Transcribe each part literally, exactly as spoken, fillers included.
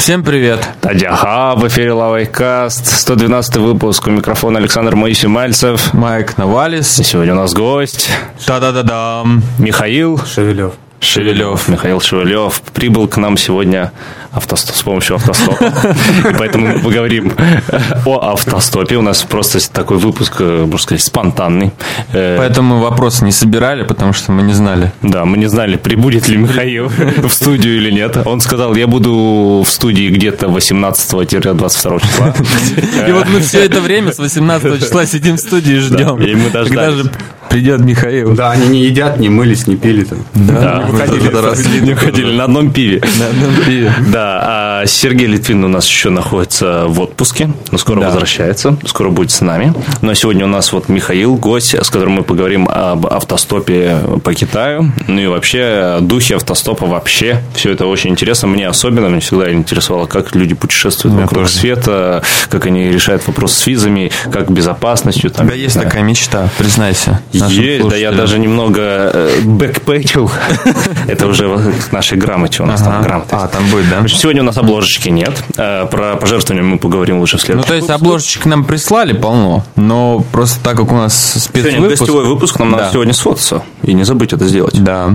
Всем привет. Тадяха, в эфире Лавайкаст, сто двенадцатый выпуск. У микрофона Александр Моисей Мальцев. Майк Навалис. И сегодня у нас гость. Та-да-да-дам. Михаил Шевелев. Шевелев, Михаил Шевелев прибыл к нам сегодня автостоп, с помощью автостопа. И поэтому мы поговорим о автостопе. У нас просто такой выпуск, можно сказать, спонтанный. Поэтому мы вопросы не собирали, потому что мы не знали. Да, мы не знали, прибудет ли Михаил в студию или нет. Он сказал, я буду в студии где-то восемнадцатого-двадцать второго числа. И вот мы все это время с восемнадцатого числа сидим в студии и ждем. И мы дождались. Когда же придет Михаил. Да, они не едят, не мылись, не пили там. Да, мы ходили, не ходили на одном пиве. На одном пиве. Да, а Сергей Литвин у нас еще находится в отпуске, но скоро да. возвращается, скоро будет с нами. Но сегодня у нас вот Михаил, гость, с которым мы поговорим об автостопе по Китаю, ну и вообще о духе автостопа вообще. Все это очень интересно, мне особенно, мне всегда интересовало, как люди путешествуют ну, вокруг тоже. света, как они решают вопрос с визами, как безопасностью. Там, да, есть да. такая мечта, признайся. Есть, да, я даже немного бэкпэчил. Это уже к нашей грамоте у нас там грамота. А, там будет, да? Сегодня у нас обложечки нет. Про пожертвования мы поговорим лучше в следующем. Ну, то есть, обложечек нам прислали полно, но просто так как у нас спецвыпуск... Сегодня гостевой выпуск, нам да. надо сегодня сфотаться. И не забыть это сделать. Да.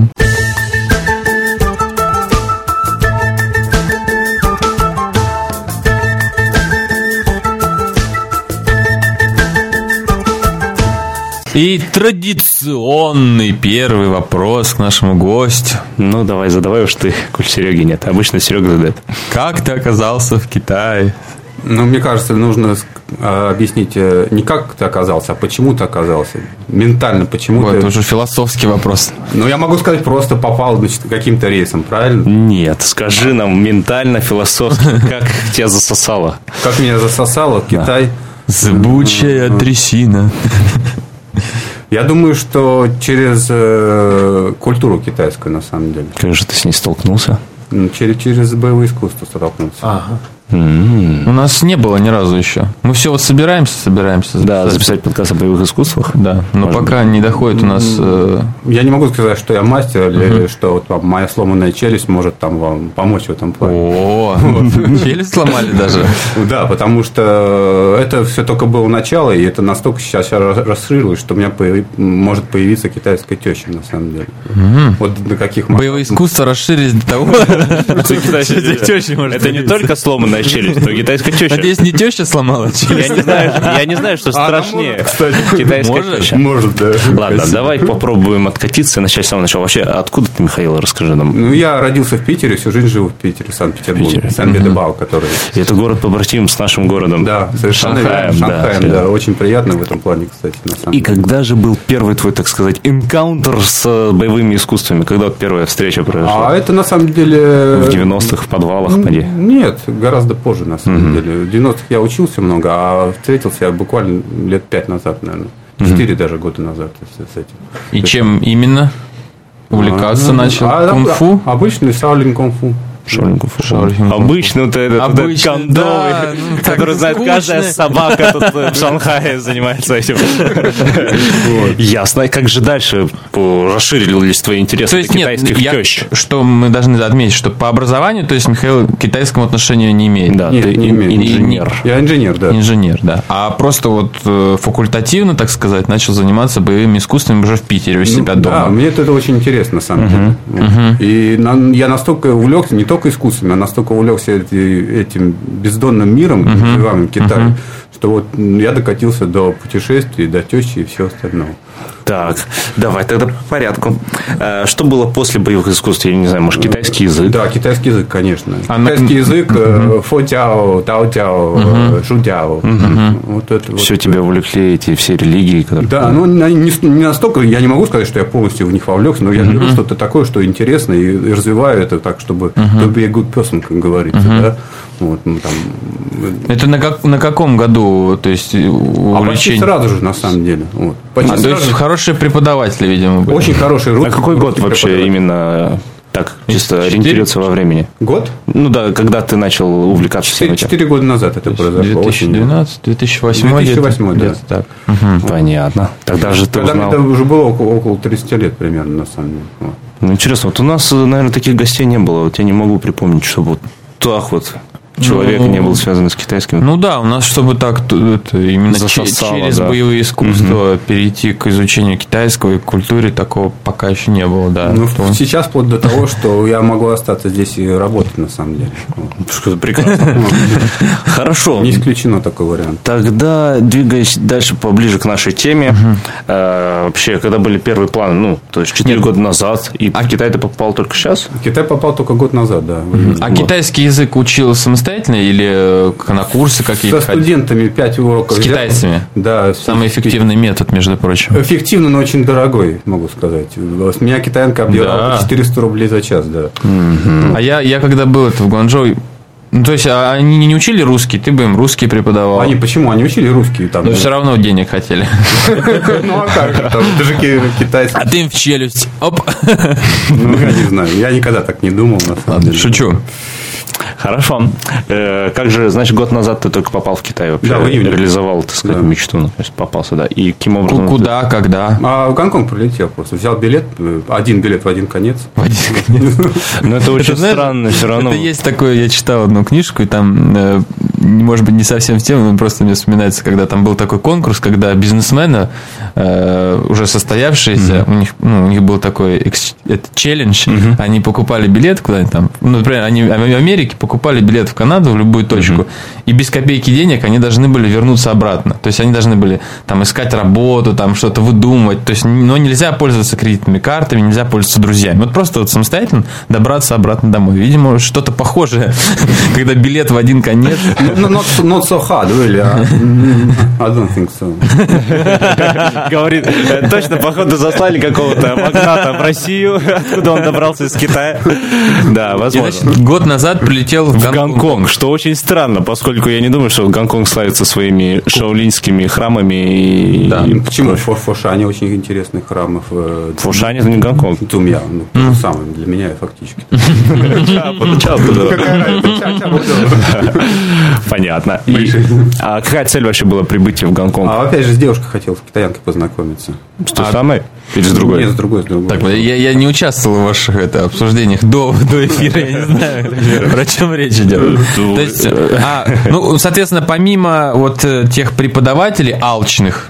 И традиционный первый вопрос к нашему гостю. Ну, давай, задавай уж ты, коль Сереги нет. Обычно Серега задает. Как ты оказался в Китае? Ну, мне кажется, нужно объяснить не как ты оказался, а почему ты оказался. Ментально, почему вот, ты... Это уже философский вопрос. Ну, я могу сказать, просто попал, значит, каким-то рейсом, правильно? Нет, скажи нам ментально, философски, как тебя засосало. Как меня засосало в Китай. Зыбучая трясина. Я думаю, что через э, культуру китайскую, на самом деле. Как же ты с ней столкнулся? Через, через боевое искусство столкнулся. Ага. Mm-hmm. У нас не было ни разу еще. Мы все вот собираемся, собираемся записать. Да, записать подкаст о боевых искусствах. Да, но Может пока быть. не доходит у нас... Э... Я не могу сказать, что я мастер, mm-hmm. или что вот, моя сломанная челюсть может там вам помочь в этом плане. О, челюсть сломали даже. Да, потому что это все только было начало, и это настолько сейчас расширилось, что у меня может появиться китайская теща, на самом деле. Вот до каких... Боевые искусства расширились до того, это не только сломанная челюсть, но китайская теща. Надеюсь, не теща сломала челюсть. Я не знаю, я не знаю, что страшнее. Кстати, китайская теща. Может, да. Ладно, давай попробуем откатиться и начать с самого начала. Вообще, откуда ты, Михаил, расскажи нам. Ну, я родился в Питере, всю жизнь живу в Питере, в Санкт-Петербурге. Сан-Петербург, который... Это город побратим с нашим городом. Да, совершенно верно. Шанхаем, да. Очень приятно в этом плане, кстати, на самом деле. И когда же был первый твой, так сказать, энкаунтер с боевыми искусствами? Когда вот первая встреча произошла? А это, на самом деле... В девяностых, в подвалах, поди? Нет, гораздо позже, на самом mm-hmm. деле. В девяностых я учился много, а встретился я буквально лет пять назад, наверное. Четыре mm-hmm. даже года назад с этим. И То чем есть... именно увлекаться а, начал? А, кунг-фу? А, обычный шаолинь кунг-фу. Обычно вот этот, Обычно, этот кондовый, да, ну, который знает скучно. Каждая собака тут в Шанхае занимается этим. Вот. Ясно. И как же дальше расширились твои интересы до китайских тещ? Что мы должны отметить, что по образованию, то есть Михаил к китайскому отношению не имеет. Да, Нет, ты не имеет. инженер. Я инженер, да. Инженер, да. А просто вот факультативно, так сказать, начал заниматься боевыми искусствами уже в Питере у себя ну, дома. Да, мне это очень интересно, на самом деле. Uh-huh. И на, я настолько увлекся, не только искусствами, а настолько увлекся этим бездонным миром, uh-huh. называемым Китаем, uh-huh. что вот я докатился до путешествий, до тещи и всего остального. Так, давай тогда по порядку. Что было после боевых искусств? Я не знаю, может, китайский язык? Да, китайский язык, конечно. А китайский на... язык, uh-huh. фо-тяо, тао-тяо, uh-huh. шу-тяо. Uh-huh. Вот это все вот. Тебя увлекли эти все религии? Которые... Да, ну не, не настолько, я не могу сказать, что я полностью в них вовлекся, но я uh-huh. беру что-то такое, что интересно, и, и развиваю это так, чтобы uh-huh. to be a good person, как говорится, uh-huh. да. Вот, ну, там... Это на, как, на каком году, то есть увлечение? А почти сразу же, на самом деле. Вот. Почти а, то есть хорошие преподаватели, видимо, были. Очень хорошие русские. А какой год вообще именно так чисто ориентироваться во времени? Год? Ну да, когда ты начал увлекаться всем этим? Четыре года назад это произошло. две тысячи двенадцатый, две тысячи восьмой две тысячи восьмой, да. Так. Угу. Понятно. Тогда же ты Тогда узнал... это уже было около, около тридцати лет примерно, на самом деле. Вот. Ну, интересно, вот у нас, наверное, таких гостей не было. Вот я не могу припомнить, чтобы вот так вот человек ну, не был связан с китайским. Ну да, у нас, чтобы так это, именно Засосало, через да. боевые искусства угу. перейти к изучению китайского и культуре, такого пока еще не было, да. Ну, что... сейчас вплоть до того, что я могу остаться здесь и работать, на самом деле. Прекрасно. Хорошо. Не исключено такой вариант. Тогда, двигаясь дальше поближе к нашей теме, вообще, когда были первые планы, ну, то есть четыре года назад, и в Китай ты попал только сейчас? В Китай попал только год назад, да. А китайский язык учил самостоятельно? Или на курсы какие-то? Со студентами пять уроков. С китайцами? Да. Самый эффективный метод, между прочим. Эффективный, но очень дорогой, могу сказать. С меня китаянка обдирала да. четыреста рублей за час, да. Угу. А я, я когда был это в Гуанчжоу, ну, то есть, а они не учили русский, ты бы им русский преподавал. Они почему? Они учили русский там. Но все равно денег хотели. Ну, а как? Даже китайцы. А ты им в челюсть. Оп. Ну, я не знаю. Я никогда так не думал, на самом деле. Шучу. Хорошо. Э, как же, значит, год назад ты только попал в Китай вообще? Да, в июне. Реализовал, так сказать, да. мечту, ну, то есть попал сюда. И каким образом? Куда, ты... когда? А в Гонконг прилетел просто. Взял билет, один билет в один конец. В один конец. Ну, это очень странно все равно. Это есть такое, я читал одну книжку, и там, может быть, не совсем в тему, но просто мне вспоминается, когда там был такой конкурс, когда бизнесмены, уже состоявшиеся, у них, ну, у них был такой челлендж, они покупали билет куда-нибудь там, ну, например, они в Америке покупали билет в Канаду в любую точку, uh-huh. и без копейки денег они должны были вернуться обратно. То есть они должны были там искать работу, там что-то выдумывать. То есть, но нельзя пользоваться кредитными картами, нельзя пользоваться друзьями. Вот просто вот самостоятельно добраться обратно домой. Видимо, что-то похожее, когда билет в один конец. Not so hard, really. I don't think so. Говорит, точно, походу, заслали какого-то магната в Россию, откуда он добрался из Китая. Да, возможно. Год назад прилетел в, в Гонконг. Гонконг, что очень странно, поскольку я не думаю, что Гонконг славится своими шаолиньскими храмами. И, да. и почему? В Фошане очень интересных храмов. Фошане это не Гонконг. Тумья, ну, то же самое для меня фактически. Понятно. А какая цель вообще была прибытия в Гонконг? А опять же с девушкой хотел, с китаянкой познакомиться. С той самой? Или с другой? Нет, с другой, с другой. Так, я, я не участвовал в ваших это, обсуждениях до, до эфира, я не знаю, про чем речь идет. То есть, а, ну, соответственно, помимо вот тех преподавателей алчных,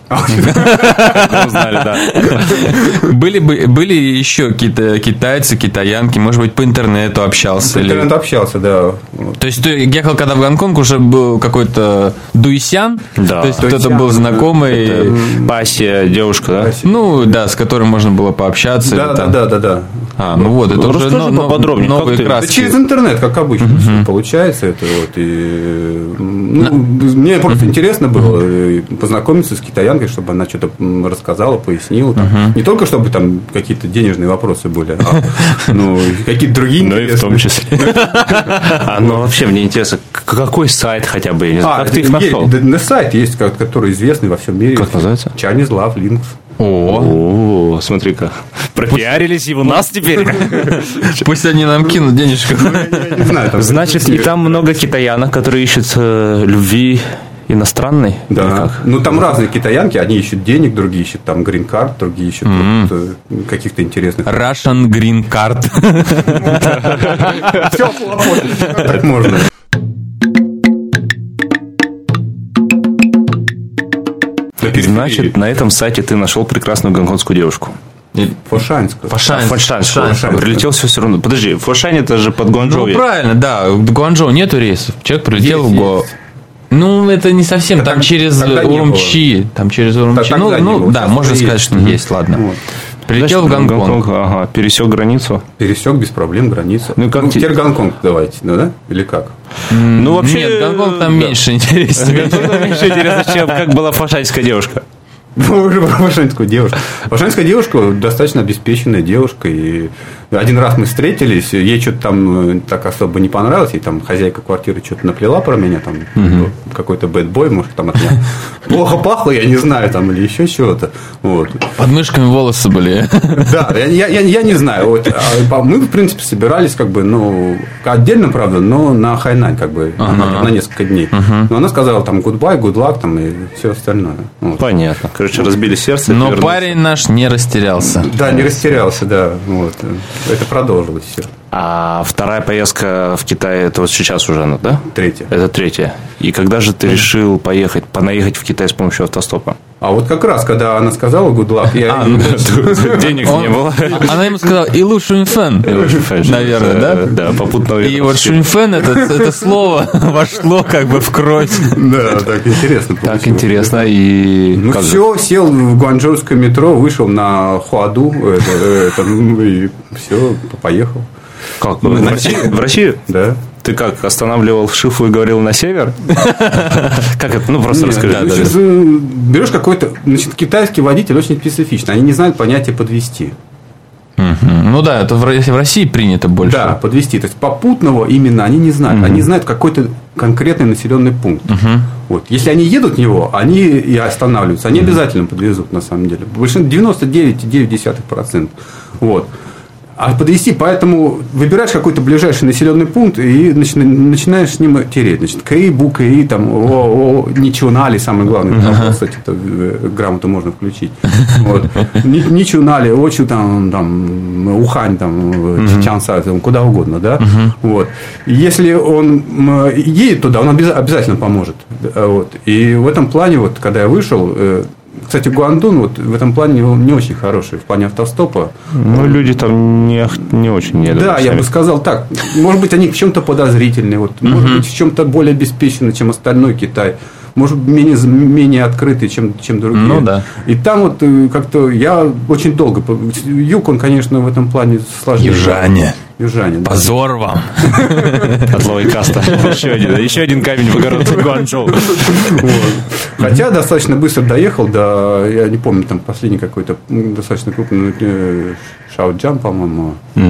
были бы были еще какие-то китайцы, китаянки, может быть, по интернету общался? По интернету общался, да. То есть, ты ехал, когда в Гонконг, уже был какой-то дуйсян, да. То есть, кто-то был знакомый. Пася, девушка, да? Ну, да, с которым можно было пообщаться. Да, да, да, да, да. А, ну вот, это ну, уже но, поподробнее. Новые краски. Да через интернет, как обычно, uh-huh. получается это вот. И, ну, no. Мне просто uh-huh. интересно было uh-huh. познакомиться с китаянкой, чтобы она что-то рассказала, пояснила. Там. Uh-huh. Не только чтобы там какие-то денежные вопросы были, а ну, какие-то другие интересные. Ну и в том числе. А ну вообще мне интересно, какой сайт хотя бы? Как ты их нашел? На сайт есть, который известный во всем мире. Как называется? Chinese Love Links. О, смотри-ка. Пропиарились и у нас теперь. Пусть они нам кинут денежку. Значит, и там много китаянок, которые ищут любви иностранной? Да. Ну, там разные китаянки. Одни ищут денег, другие ищут там грин-карт, другие ищут каких-то интересных... Russian green card. Все, так можно. Значит, на этом сайте ты нашел прекрасную гонконгскую девушку. Фошанскую. Фошанскую. Прилетел все все равно. Подожди, Фошань это же под Гуанчжоу. Ну, правильно, да. В Гуанчжоу нету рейсов. Человек прилетел в Гуанчжоу. Ну, это не совсем. Там через Урумчи. Там через Урумчи. Ну, да, можно сказать, что есть, ладно. Прилетел в Гонконг. Гонконг, ага, пересек границу. Пересек без проблем границу. Ну, как ну, теперь Гонконг давайте, ну да? Или как? Ну, вообще... Нет, Гонконг там да. меньше интересно. Меньше интересно, чем как была фошанская девушка. Мы уже про фошанскую девушку. Фошанская девушка достаточно обеспеченная девушка. И один раз мы встретились, ей что-то там так особо не понравилось, и там хозяйка квартиры что-то наплела про меня, там угу. какой-то бэдбой, может, там от меня плохо пахло, я не знаю, там, или еще чего-то. Вот. Под мышками волосы были. Да, я, я, я, я не знаю. Вот, мы, в принципе, собирались, как бы, ну, отдельно, правда, но на Хайнань, как бы, ага. на, на несколько дней. Угу. Но она сказала там goodbye, good luck, там, и все остальное. Вот. Понятно. Короче, разбили сердце. Но парень наш не растерялся. Да, не растерялся, да. Вот. Это продолжилось все. А вторая поездка в Китай, это вот сейчас уже она, да? Третья. Это третья. И когда же ты решил поехать, понаехать в Китай с помощью автостопа? А вот как раз, когда она сказала good luck, я... А, ну, денег не было. Она ему сказала, Илу Шуньфэн, наверное, да? Да, попутно. И вот Шуньфэн, это слово вошло как бы в кровь. Да, так интересно. Так интересно. И ну все, сел в гуанчжоуское метро, вышел на Хуаду, и все, поехал. Как? В России? В России? Да. Ты как, останавливал Шифу и говорил на север? Как это? Ну, просто Нет, расскажи. Значит, берешь какой-то... Значит, китайский водитель очень специфичный. Они не знают понятия подвести. Ну да, это в России принято больше. Да, подвести. То есть попутного именно они не знают. Они знают какой-то конкретный населенный пункт. Вот. Если они едут в него, они и останавливаются. Они обязательно подвезут, на самом деле. Большинство девяносто девять целых девять десятых процента. Вот. А подвести, поэтому выбираешь какой-то ближайший населенный пункт и начинаешь с ним тереть. Значит, КИ, БУ, КИ, там, о, о, Ничунали, самый главный. Там, кстати, это, грамоту можно включить. Вот. Ничунали, Очу, там, там, Ухань, там, Чанса, там, куда угодно, да. Вот. Если он едет туда, он обязательно поможет. Вот. И в этом плане, вот, когда я вышел. Кстати, Гуандун вот в этом плане не очень хороший, в плане автостопа. Ну, люди там не, не очень едут. Да, я бы сказал так. Может быть, они в чем-то подозрительные, вот, uh-huh. может быть, в чем-то более обеспечены, чем остальной Китай. Может быть, менее, менее открытый, чем, чем другие. Ну, да. И там вот как-то я очень долго... Юг, он, конечно, в этом плане сложнее. Южане. Южане, да. Позор вам. Отловый каста. Еще один, еще один камень в огород Гуанчжоу. Хотя достаточно быстро доехал до... Я не помню, там последний какой-то достаточно крупный Шаоджан, по-моему.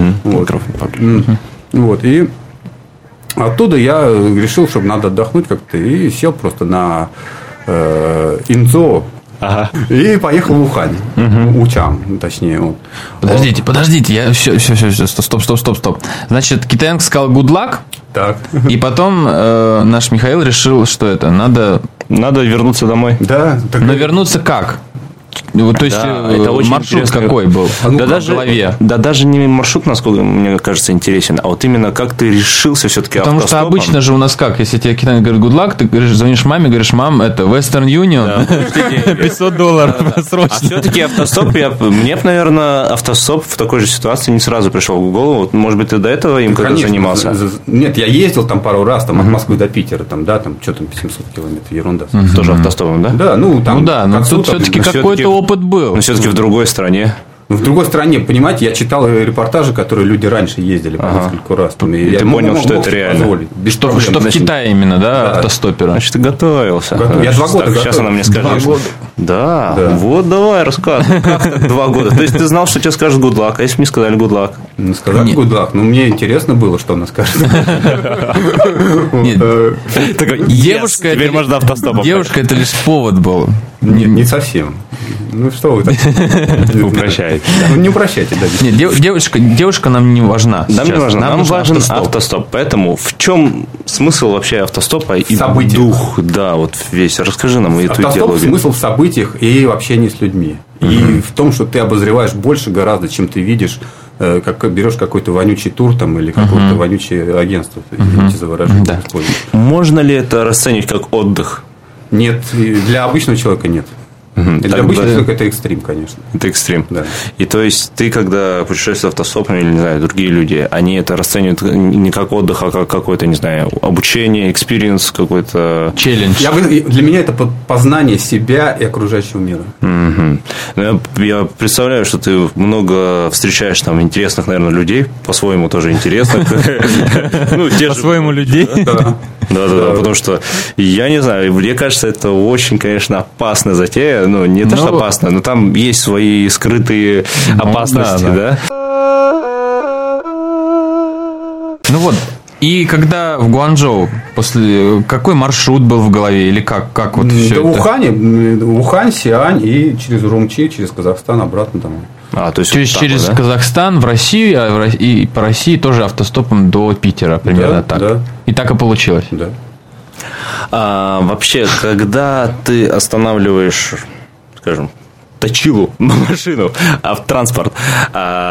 Вот. И оттуда я решил, чтобы надо отдохнуть как-то. И сел просто на Инзо. Ага. И поехал в Ухань. Угу. Учан, точнее. Вот. Подождите, подождите. Я... Все, все, все, все. Стоп, стоп, стоп, стоп. Значит, китаянка сказал good luck. Так. И потом э, наш Михаил решил, что это надо... Надо вернуться домой. Да. Так... Но вернуться как? То есть, да, это очень маршрут интересно. какой был? А ну, да, даже, в голове. Да даже не маршрут, насколько мне кажется, интересен, а вот именно как ты решился все-таки Потому автостопом. что обычно же у нас как, если тебе китаянин говорит good luck, ты говоришь, звонишь маме, говоришь, мам, это Western Union, пятьсот долларов срочно. А все-таки автостоп, я, мне, наверное, автостоп в такой же ситуации не сразу пришел в голову. Может быть, ты до этого им когда занимался? Нет, я ездил там пару раз, там, от Москвы до Питера, там, да, там, что там, семьсот километров, ерунда. Тоже автостопом, да? Да, ну, там. Ну да, но тут все-таки какой-то опыт был. Но все-таки в другой стране. В другой стране, понимаете, я читал репортажи, которые люди раньше ездили по ага. несколько раз. Там, и я ты мог, понял, мог, что мог это реально. Что, что в Китае именно, да, да, автостопера. Значит, ты готовился. Готов... Я два года так, сейчас она мне скажет. Два года. Да, да, вот давай рассказывай. Как два года? То есть ты знал, что тебе скажут good luck, а если мне сказали good luck? Ну, сказали good luck, но мне интересно было, что она скажет. Девушка, теперь можно автостопом. Девушка, это лишь повод был. Не совсем. Ну что вы так? Упрощаете. Ну не упрощайте, да. Нет, девушка, девушка нам не важна. Нам не важна. Нам, нам важен автостоп. автостоп. Поэтому в чем смысл вообще автостопа и дух? Да, вот весь. Расскажи нам эту идеологию. Автостоп смысл в событиях и в общении с людьми. Uh-huh. И в том, что ты обозреваешь больше гораздо, чем ты видишь, как берешь какой-то вонючий тур там, или какое-то uh-huh. вонючее агентство. Извините за выражение. Да. Можно ли это расценивать как отдых? Нет, для обычного человека нет. Угу. Для обычного человека это экстрим, конечно. Это экстрим. Да. И то есть ты, когда путешествуешь автостопом, или, не знаю, другие люди, они это расценивают не как отдых, а как какое-то, не знаю, обучение, экспириенс, какой-то челлендж. Я, для меня это познание себя и окружающего мира. Угу. Я, я представляю, что ты много встречаешь там интересных, наверное, людей, по-своему тоже интересных. По-своему людей? Да. Да, да, да, потому что, я не знаю, мне кажется, это очень, конечно, опасная затея. Ну, не то, ну, что опасно, но там есть свои скрытые ну, опасности, да, да. да? Ну вот, и когда в Гуанчжоу, после какой маршрут был в голове, или как, как вот все да, это? В Ухане, Ухань, Сиань и через Урумчи, через Казахстан обратно домой. А, то есть, то есть вот через вот, да? Казахстан в Россию, а в России, и по России тоже автостопом до Питера, примерно да, так. Да. И так и получилось. Да. А, вообще, когда ты останавливаешь, скажем, точилу машину, автотранспорт, а,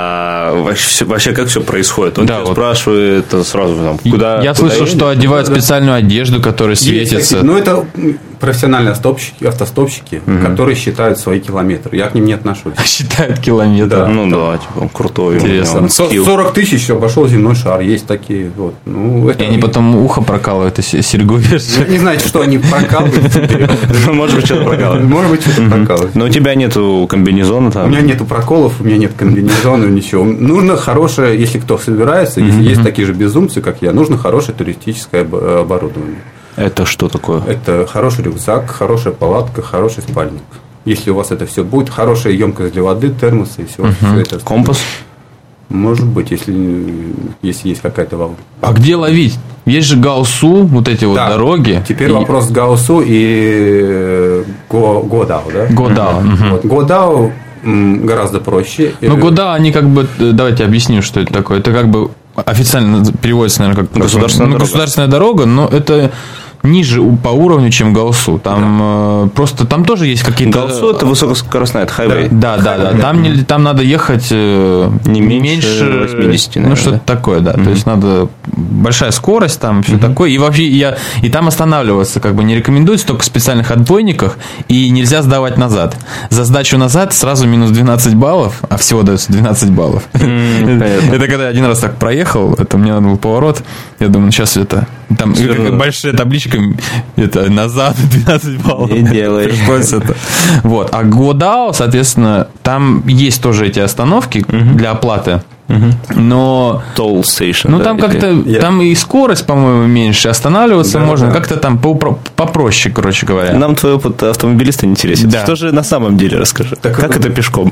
А вообще, вообще как все происходит? Он да, тебя вот. спрашивает сразу, там, куда... Я куда слышал, едешь? что одевают специальную одежду, которая светится. Ну, это профессиональные автостопщики, автостопщики угу. которые считают свои километры. Я к ним не отношусь. Считают километры. Да. Ну да, типа он крутой. Интересно. сорок тысяч обошел земной шар. Есть такие. Вот. Ну, это... И они потом ухо прокалывают и серьгу вешают. Не знаете, что они прокалывают. Может быть, что-то прокалывают. Может быть, что-то прокалывают. Но у тебя нету комбинезона там? У меня нету проколов, у меня нет комбинезона, ничего. Нужно хорошее, если кто собирается, если есть такие же безумцы, как я, нужно хорошее туристическое оборудование. Это что такое? Это хороший рюкзак, хорошая палатка, хороший спальник. Если у вас это все будет, хорошая емкость для воды, термосы и все, uh-huh. все это. Компас? Может быть, если, если есть какая-то волна. А где ловить? Есть же Гаусу, вот эти вот да. дороги. Теперь и... вопрос Гаусу и Го, Годау, да? Годау. Uh-huh. Вот. Годау гораздо проще. Ну, Годау, они как бы, давайте объясним, что это такое. Это как бы официально переводится, наверное, как государственная, ну, дорога. государственная дорога, но это ниже по уровню, чем Гаусу. Там да. э, просто там тоже есть какие-то. Гаусу это высокоскоростная, это хайвей. Да, да, да. да. Там, не, там надо ехать э, не меньше восьмидесяти, наверное, ну, что-то да? такое, да. Mm-hmm. То есть надо большая скорость, там все mm-hmm. такое. И вообще я и там останавливаться как бы не рекомендуется, только в специальных отбойниках, и нельзя сдавать назад. За сдачу назад сразу минус двенадцать баллов, а всего дается двенадцать баллов. Mm-hmm. Это когда я один раз так проехал, это мне надо был поворот. Я думаю, сейчас это там большая табличка, это назад двенадцать баллов. Не делай. Пришлось это. Вот. А Годау, соответственно, там есть тоже эти остановки uh-huh. для оплаты. Uh-huh. Но Toll station. Ну да, там или... как-то yeah. там и скорость, по-моему, меньше, останавливаться да, можно, да. как-то там попроще, короче говоря. Нам твой опыт автомобилиста интересен. Да. Что же на самом деле, расскажи. Так как это пешком?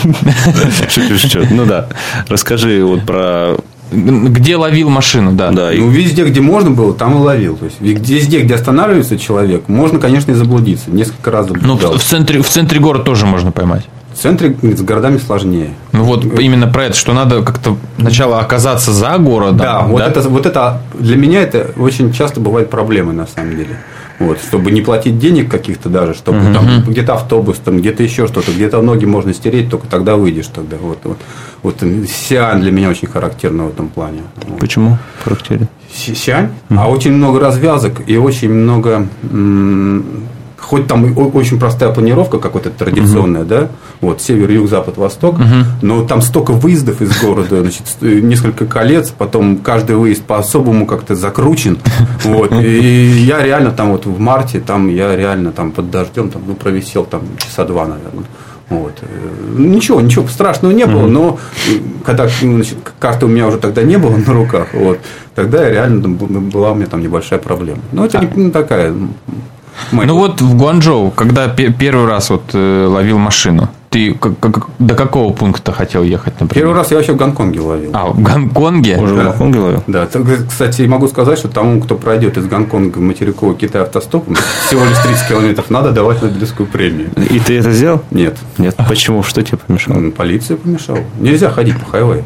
Ну да. Расскажи вот про. Где ловил машину, да. да ну, везде, где можно было, там и ловил. То есть, везде, где останавливается человек, можно, конечно, и заблудиться. Несколько раз заблуждался. Ну, в центре, в центре города тоже можно поймать. В центре с городами сложнее. Ну, вот именно про это, что надо как-то сначала оказаться за городом. Да, вот, да? Это, вот это для меня это очень часто бывает проблемой, на самом деле. Вот, чтобы не платить денег каких-то даже, чтобы uh-huh. там где-то автобус, там, где-то еще что-то, где-то ноги можно стереть, только тогда выйдешь тогда. Вот, вот, вот Сиань для меня очень характерна в этом плане. Почему характерен? Сиань, uh-huh. а очень много развязок и очень много. М- Хоть там очень простая планировка, как вот эта традиционная, uh-huh. да, вот север, юг, запад, восток, uh-huh. но там столько выездов из города, значит, несколько колец, потом каждый выезд по-особому как-то закручен, вот, и я реально там вот в марте, там я реально там под дождем, там, ну, провисел там часа два, наверное. Вот. Ничего, ничего страшного не было, uh-huh. но когда, значит, карты у меня уже тогда не было на руках, вот, тогда я реально была у меня там небольшая проблема. Но это не, не такая. Ну вот в Гуанчжоу, когда первый раз вот э, ловил машину, ты как, как, до какого пункта хотел ехать, например? Первый раз я вообще в Гонконге ловил. А, в Гонконге? Уже да. в Гонконге ловил? Да. Кстати, могу сказать, что тому, кто пройдет из Гонконга в материковый Китай автостопом, всего лишь тридцать километров, надо давать Нобелевскую премию. И ты это сделал? Нет. Нет. Почему? Что тебе помешало? Полиция помешала. Нельзя ходить по хайвею.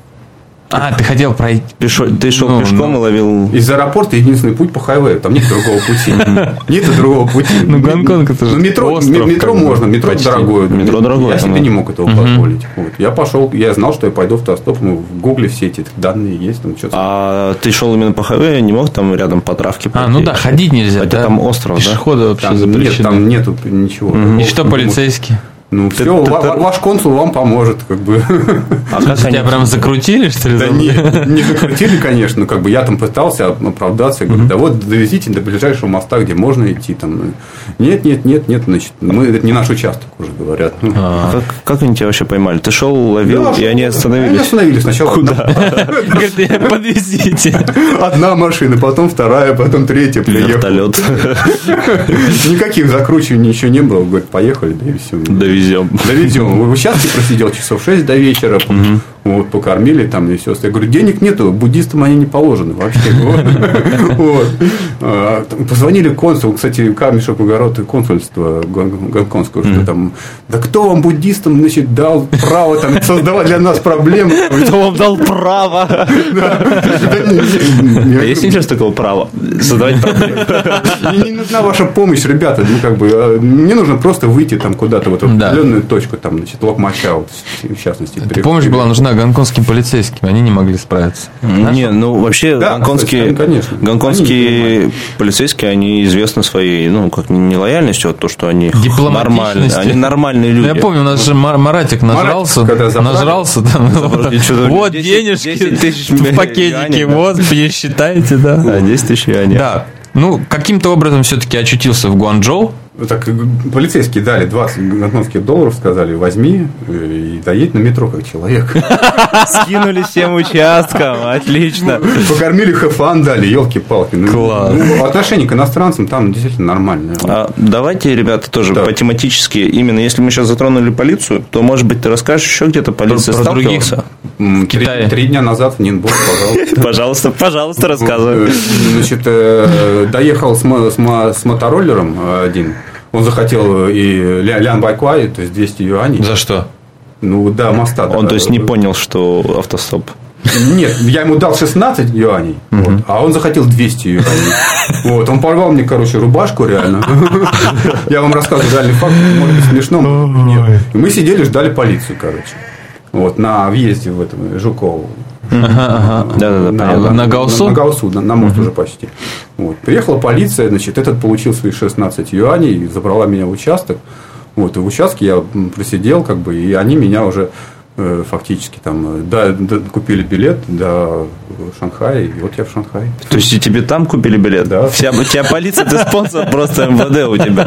А, ты хотел пройти. Пешо... Ты шел ну, пешком ну... и ловил. Из аэропорта единственный путь по хайвею. Там нет другого пути. Нет другого пути. Ну, Гонконг это же. Метро можно, метро дорогое. Метро дорогое. Я себе не мог этого позволить. Я пошел, я знал, что я пойду автостопом. В Гугле все эти данные есть. А ты шел именно по хайвею, не мог там рядом по травке? А, ну да, ходить нельзя. Это там остров, да? Пешеходы вообще запрещены. Нет, там нету ничего. И что полицейские? Ну, ты, все, ты, ва- ты... ваш консул вам поможет, как бы. А как тебя прям закрутили, что ли? Да нет, не закрутили, конечно. Как бы я там пытался оправдаться. Я говорю, да вот довезите до ближайшего моста, где можно идти. Там. Нет, нет, нет, нет, значит, мы, это не наш участок, уже говорят. А как, как они тебя вообще поймали? Ты шел, ловил, да, и они остановились? Они остановились сначала. Куда? Говорит, подвезите. Одна машина, потом вторая, потом третья. Вертолет. Никаких закручиваний ничего не было. Говорит, поехали, да и все. Довезем. Довезем. В участке просидел часов шесть до вечера. Угу. Вот, покормили там и все. Я говорю, денег нету, буддистам они не положены вообще. Позвонили консулу, кстати, Камешек-Угород и консульство гонконгское, что там, да кто вам, буддистам, значит, дал право там создавать для нас проблемы? Кто вам дал право? Есть ничего такого права создавать проблемы? Не нужна ваша помощь, ребята. Ну, как бы, мне нужно просто выйти там куда-то в определенную точку, там, значит, Локмачао, в частности. Помощь была нужна вина гонконгским полицейским, они не могли справиться. Не, ну вообще Да, гонконгские, конечно. гонконгские Они полицейские, они известны своей, ну, как нелояльностью, а то, что они нормальные, Дипломатичности. они нормальные люди. Я помню, у нас же Мар- Маратик нажрался, когда заплатил. нажрался там, И что-то вот десять денежки десять тысяч в пакетике, юаней, да. вот, считайте, да. Да, десять тысяч юаней. Да. Ну, каким-то образом все-таки очутился в Гуанчжоу. Так полицейские дали двадцать гонконгских долларов, сказали, возьми и доедь на метро как человек. Скинули всем участкам, отлично. Покормили хэфан дали, елки-палки. Ну, Класс. ну, отношение к иностранцам там действительно нормальное. А давайте, ребята, тоже Да. по тематически. Именно если мы сейчас затронули полицию, то, может быть, ты расскажешь еще где-то полиция Про- про других. сталкивался? М, Три, Китае. три дня назад в Нинбург, пожалуйста. Пожалуйста, пожалуйста, рассказывай. Э, Значит, э, доехал с, мо- с мо- с мотороллером один. Он захотел и ля- лян байкуай, то есть двести юаней. За что? Ну, до моста. Он, да. то есть, не понял, что автостоп. Нет, я ему дал шестнадцать юаней, вот, а он захотел двести юаней. Вот, он порвал мне, короче, рубашку реально. Я вам рассказываю реальный факт, может быть смешно. Нет. И мы сидели, ждали полицию, короче. Вот, на въезде в этом Жукову. Да-да-да, на, понятно. На Гаусу? На, на Гаусу, на, на мост уже почти. Вот. Приехала полиция, значит, этот получил свои шестнадцать юаней, забрала меня в участок. Вот, и в участке я просидел, как бы, и они меня уже э, фактически там да, да, купили билет до Шанхая, и вот я в Шанхае. То есть, и тебе там купили билет? Да. Вся, у тебя полиция, ты спонсор просто эм вэ дэ у тебя.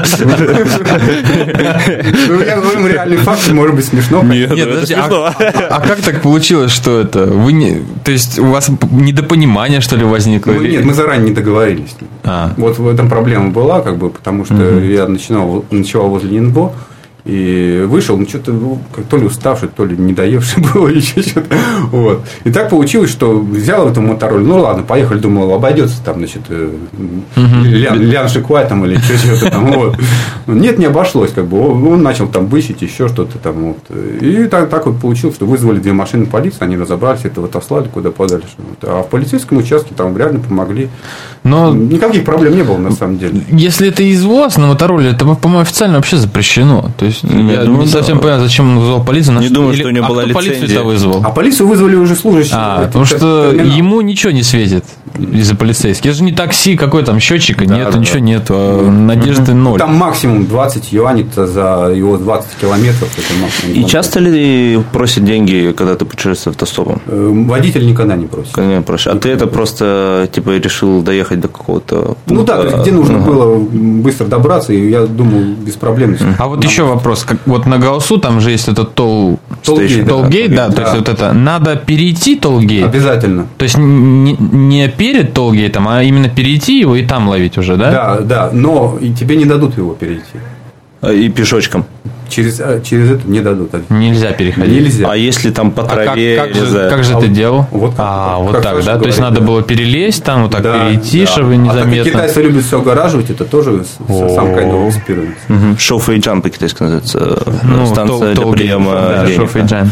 Ну, я говорю реальный факт, может быть смешно. Нет, Нет, ну, это подожди, смешно. а, а как так получилось, что это? Вы не, то есть у вас недопонимание, что ли, возникло? Ну, или- нет, мы заранее не договорились. А. Вот в этом проблема была, как бы, потому что я начинал, ночевал возле Нинбо, и вышел, ну, что-то, ну, как то ли уставший, то ли недоевший был, еще что-то. Вот. И так получилось, что взял эту мотороль, ну, ладно, поехали, думал, обойдется там, значит, э, лян, лян шикуай там или что-то там. Вот. Нет, не обошлось, как бы. Он, он начал там бычить, еще что-то там. Вот. И так, так вот получилось, что вызвали две машины полиции, они разобрались, это вот отослали куда подальше. Вот. А в полицейском участке там реально помогли. Но Никаких проблем не было, на самом деле. если это извоз на мотороллере, это, по-моему, официально вообще запрещено. То есть я думаю, не да. совсем понимаю, зачем он вызвал полицию. на Не что- думаю, или- что у него а была кто полицию лицензия. это вызвал? А полицию вызвали уже служащие. А, Это потому как что терминал. ему ничего не светит из-за полицейских. Это же не такси, какой там счетчика, нет, да, ничего да. нету, а надежды ноль. Там максимум двадцать юаней за его двадцать километров. Это максимум. И часто ли просят деньги, когда ты путешествуешь автостопом? Э, Водитель никогда не просит. Когда просят. А ты это просто типа решил доехать до какого-то Ну да, пункта? то есть, где нужно Ага. было быстро добраться, и я думаю, без проблем. А вот еще вопрос. Как, вот на Гаусу там же есть этот тол... Толгейт, да. толгейт, да, то Да. есть вот это. Надо перейти толгейт. Обязательно. То есть не, не перед толгейтом, а именно перейти его и там ловить уже, да? Да, да, но и тебе не дадут его перейти. И пешочком. Через, а, через это не дадут. Нельзя переходить. Нельзя. А если там по А как, траве, как не же, знаю. как же А ты вот- делал? вот как- а, как вот так, Саша да? То есть говорит, надо да. было перелезть, там вот так Да, перейти, да. чтобы А так незаметно. как китайцы любят все огораживать, это тоже с- О. сам kind эксперимент. Мгм. Шоу и джамп по-китайски называется. Ну, станция тол- для толгейт, приема да, денег. шоф и джам.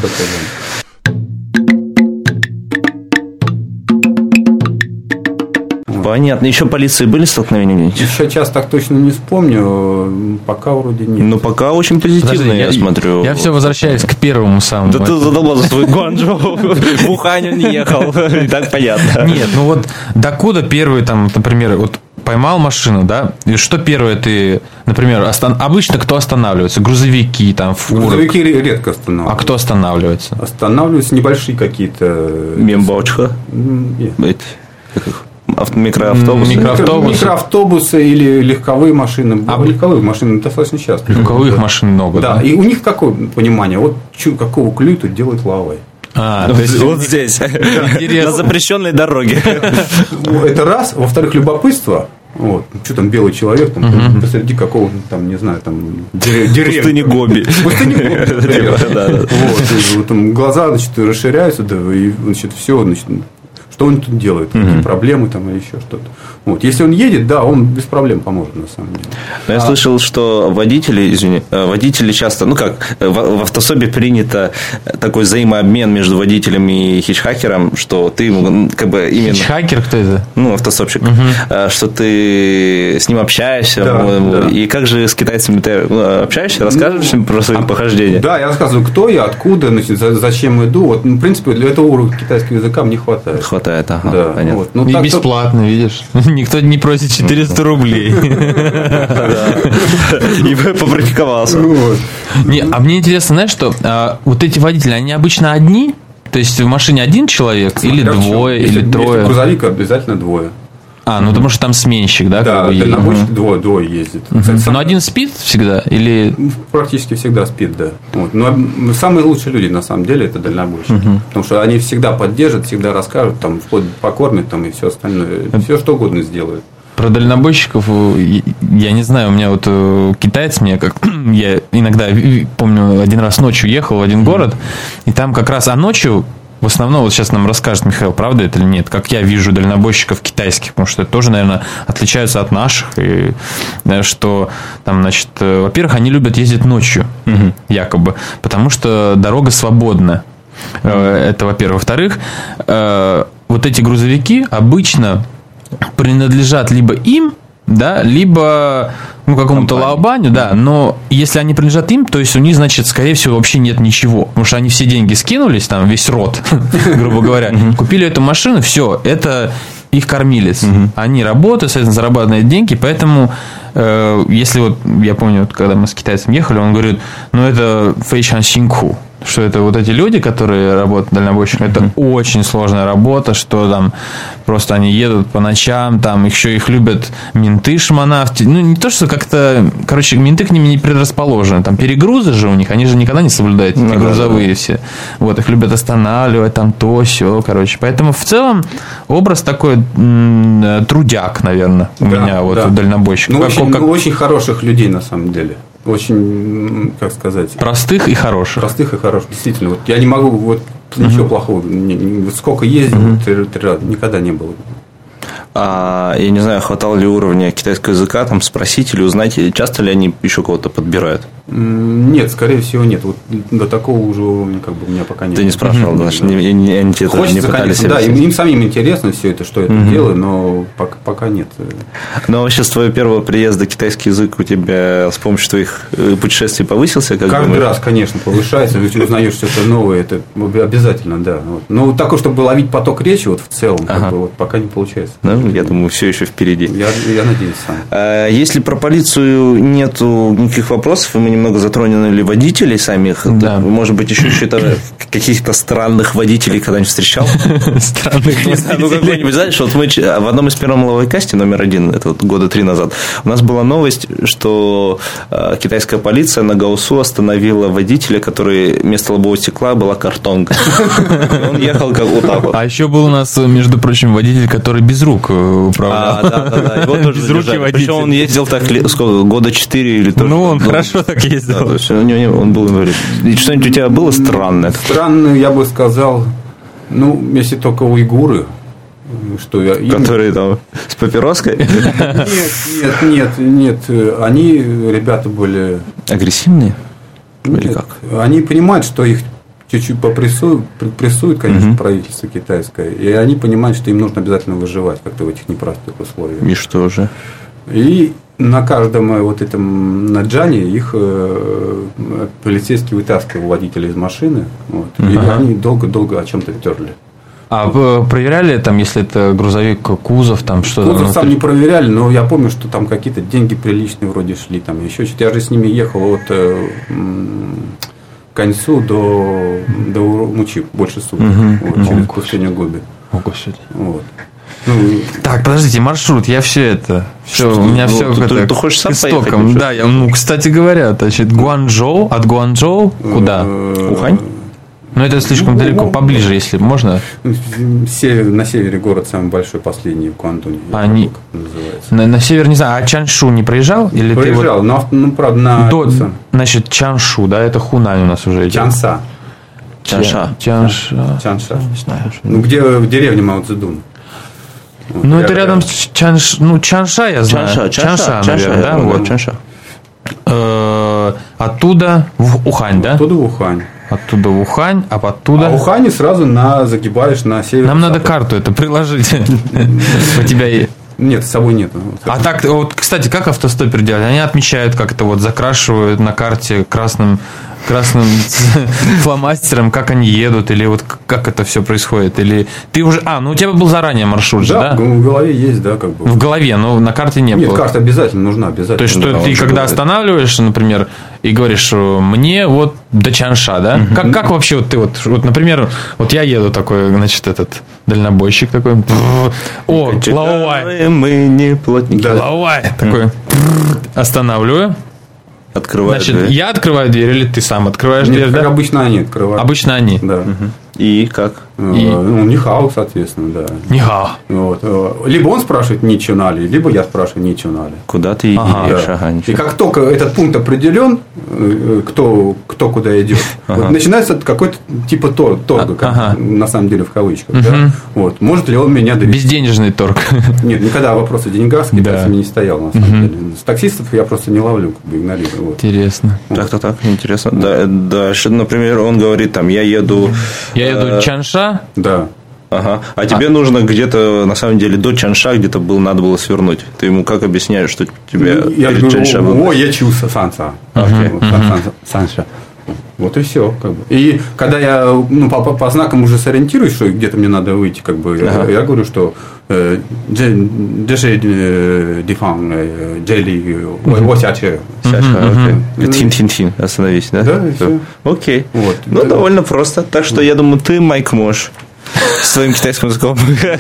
Понятно. Еще полиции были столкновения где-нибудь? Еще час так точно не вспомню, пока вроде нет. Ну, пока очень Подожди, позитивно, я, смотрю. Я все возвращаюсь к первому самому. Да ты задолбал за свой Гуанчжоу. В Ухань он не ехал. И так понятно. Нет, ну вот докуда первый там, например, вот поймал машину, да, и что первое ты, например, остан... обычно кто останавливается? Грузовики, там, фуры. Грузовики редко А останавливаются. кто останавливается? Останавливаются небольшие какие-то... Мембаучха. М, нет. Эти, как их, авто- Микроавтобусы. Микро- Микроавтобусы. Микроавтобусы или легковые машины. А легковые машины достаточно часто. Легковых машин много, Да, да? и у них какое понимание? Вот чу- какого клюю тут делают лавой. А, Вот то есть вот здесь. Интересно. На запрещенной дороге. Это раз. Во-вторых, любопытство. Вот. Что там белый человек там, посреди какого-то там, не знаю, там дерев- деревни. Пустыни Гоби. Пустыни Гоби, например. Да, да. Вот, и вот там глаза, значит, расширяются, да, и, значит, все, значит, что он тут делает, какие mm-hmm. проблемы там или еще что-то. Вот. Если он едет, да, он без проблем поможет, на самом деле. Но я а... слышал, что водители, извини, водители часто, ну как, в, в автособе принято такой взаимообмен между водителем и хичхакером, что ты как бы именно... Хичхакер кто это? Ну, автособщик. Угу. Что ты с ним общаешься. Да, да. И как же с китайцами ты общаешься, расскажешь ну, им про свои а, похождения? Да, я рассказываю, кто я, откуда, значит, зачем иду. Вот, ну, в принципе, для этого уровня китайского языка мне хватает. Хватает, ага, да, понятно. Вот. Ну, и так, бесплатно, то... видишь. Никто не просит четыреста рублей. И попрактиковался. А мне интересно, знаешь, что вот эти водители, они обычно одни? То есть в машине один человек или двое, или трое? Грузовик обязательно двое. А, ну потому что там сменщик, да? Да, дальнобойщик угу. двое, двое ездит. Угу. Кстати, сам... Но один спит всегда? Или... Практически всегда спит, да. Вот. Но самые лучшие люди, на самом деле, это дальнобойщики. Угу. Потому что они всегда поддержат, всегда расскажут, там, вплоть покормят там, и все остальное. Все, что угодно сделают. Про дальнобойщиков, я не знаю, у меня вот китаец, мне как я иногда помню, один раз ночью ехал в один город, и там как раз, а ночью в основном, вот сейчас нам расскажет Михаил, правда это или нет, как я вижу дальнобойщиков китайских, потому что это тоже, наверное, отличаются от наших, и что там, значит, во-первых, они любят ездить ночью, угу. якобы, потому что дорога свободна. Это, во-первых. Во-вторых, вот эти грузовики обычно принадлежат либо им, да, либо ну, какому-то лаобаню, да, но если они принадлежат им, то есть у них, значит, скорее всего, вообще нет ничего, потому что они все деньги скинулись, там, весь род, грубо говоря, купили эту машину, все, это их кормилец, они работают, соответственно, зарабатывают деньги, поэтому, если вот, я помню, когда мы с китайцем ехали, он говорит, ну, это фэйчан синьку, что это вот эти люди, которые работают дальнобойщиками, это mm-hmm. очень сложная работа, что там просто они едут по ночам, там еще их любят менты шмонавти. Ну, не то, что как-то, короче, менты к ним не предрасположены. Там перегрузы же у них, они же никогда не соблюдают эти mm-hmm. грузовые все. Вот, их любят останавливать, там то, сё, короче. Поэтому в целом образ такой м- трудяк, наверное, у да, меня вот да. дальнобойщик. Ну, как, очень, как... ну, очень хороших людей, на самом деле. Очень, как сказать... Простых и хороших. Простых и хороших, действительно. Вот я не могу, вот ничего uh-huh. плохого. Не, не, сколько ездил, uh-huh. три, три раза, никогда не было. А, я не знаю, хватало ли уровня китайского языка, там спросить или узнать, часто ли они еще кого-то подбирают? Нет, скорее всего, нет. Вот до такого уже уровня как бы у меня пока нет. Ты не спрашивал, mm-hmm. значит, не, не, они тебе Хочется, не пытались... Конечно, да, им, им самим интересно все это, что я mm-hmm. делаю, но пока, пока нет. Но вообще с твоего первого приезда китайский язык у тебя с помощью твоих путешествий повысился? Как Каждый думаешь? раз, конечно, повышается, ведь узнаешь что-то новое, это обязательно, да. Вот. Но такое, чтобы ловить поток речи вот в целом, ага. как бы, вот, пока не получается. Ну, я думаю, все еще впереди. Я, я надеюсь сам. А, если про полицию нету никаких вопросов, и мы немного затронули водителей самих, да. может быть, еще что-то каких-то странных водителей когда-нибудь встречал? Странных водителей. Ну, какой-нибудь, знаешь, вот мы в одном из первом ловейкасте, номер один, это вот года три назад, у нас была новость, что китайская полиция на Гаусу остановила водителя, который вместо лобового стекла была картонка. Он ехал как вот так вот. А еще был у нас, между прочим, водитель, который без рук управлял. А, да, да, да. Его тоже задержали. Причем он ездил так сколько, года четыре или тоже. Ну, он хорошо так ездил. Да, то есть у него он был инвалид. И что-нибудь у тебя было странное? Странное, я бы сказал, ну, если только уйгуры. Что я, которые им... там с папироской? Нет, нет, нет, нет. Они, ребята, были... Агрессивные? Или нет, как? Они понимают, что их чуть-чуть попрессуют, прессует, конечно, угу. правительство китайское. И они понимают, что им нужно обязательно выживать как-то в этих непростых условиях. И что же? И на каждом вот этом наджане их э, полицейский вытаскивал водителя из машины. Вот, угу. И они долго-долго о чем-то терли. А вы проверяли, там, если это грузовик, кузов, там что-то? Кузов внутри? Сам не проверяли, но я помню, что там какие-то деньги приличные вроде шли, там еще что-то. Я же с ними ехал от э, Каньсу до, до Урумчи больше суток, угу. вот, через пустыню Гоби. О, Господи. Вот. Ну, так, подождите, маршрут, я все это, все, что, у меня ну, все ты, это, ты хочешь сам истоком, поехать, да, я, ну, кстати говоря, значит, Гуанчжоу, от Гуанчжоу куда? Ухань? Ну, это слишком далеко, поближе, если можно. Север, на севере город самый большой, последний в Гуандуне. Они... На, на север, не знаю, а Чаншу не проезжал? Или проезжал, ты вот... но, ну, правда, на... До, значит, Чаншу, да, это Хунань у нас уже идет. Чанса. Чанша. Чанша. Чанша. Не знаю. Ну, где в деревне Мао Цзэдун. Вот, Ну, это рядом с Чанш... Ну, Чанша, я знаю. Чанша, Чанша, наверное, да? Вот. Чанша. Э, Оттуда в Ухань, да? Оттуда в Ухань. Оттуда в Ухань, а оттуда... А в Ухане сразу на, загибаешь на север. Нам надо карту это приложить. У тебя есть. Нет, с собой нет. А так, вот, кстати, как автостопер делают? Они отмечают как-то, вот закрашивают на карте красным, красным фломастером, как они едут, или вот как это все происходит? Или ты уже... А, ну у тебя был заранее маршрут же, да? в голове есть, да, как бы. В голове, но на карте не было. Нет, карта обязательно нужна, обязательно. То есть, что Да, ты когда бывает. останавливаешься, например, и говоришь, что мне вот до Чанша, да? Угу. Как, как вообще вот ты вот, вот, например, вот я еду такой, значит, этот дальнобойщик такой, о, Лаовай. Мы не плотники. Да. Лаовай. Такой, останавливаю. Открываю Значит, дверь. я открываю дверь, или ты сам открываешь Нет, дверь, как да? обычно они открывают. Обычно они. Да. И как? И- Ну, нихао, соответственно, да. Нихао. Вот. Либо он спрашивает ничего нали, либо я спрашиваю ничего нали. Куда ты Ага. едешь? Да. Ага, И ничего. как только этот пункт определен, э, кто, кто куда идет, вот, начинается какой-то типа тор, торга, как, Ага. на самом деле в кавычках. Да? Вот. Может ли он меня довести? Безденежный торг. Нет, никогда вопрос о деньгах с китайцами Да. не стоял, на самом деле. С таксистов я просто не ловлю, как бы игнорирую. Вот. Интересно. Так, так, так, интересно. Да, дальше, например, он говорит, там, я еду... Я еду э, Чанша. Да. Ага. А тебе нужно где-то, на самом деле, до Чанша где-то был, надо было свернуть. Ты ему как объясняешь, что тебе Я перед говорю, Чанша о, было? я чувствую санса. Окей. Вот, сан- санша. Вот и все. Как бы. И когда я ну, по, по- по знакам уже сориентируюсь, что где-то мне надо выйти, как бы, Ага. я, я говорю, что э, деши дифан джели восяче. Саша, окей. Тин-тин-тин, остановись, да? Да, и всё. Окей. Вот. Ну, Да. довольно просто. Так что, я думаю, ты, Майк, можешь с твоим китайским языком.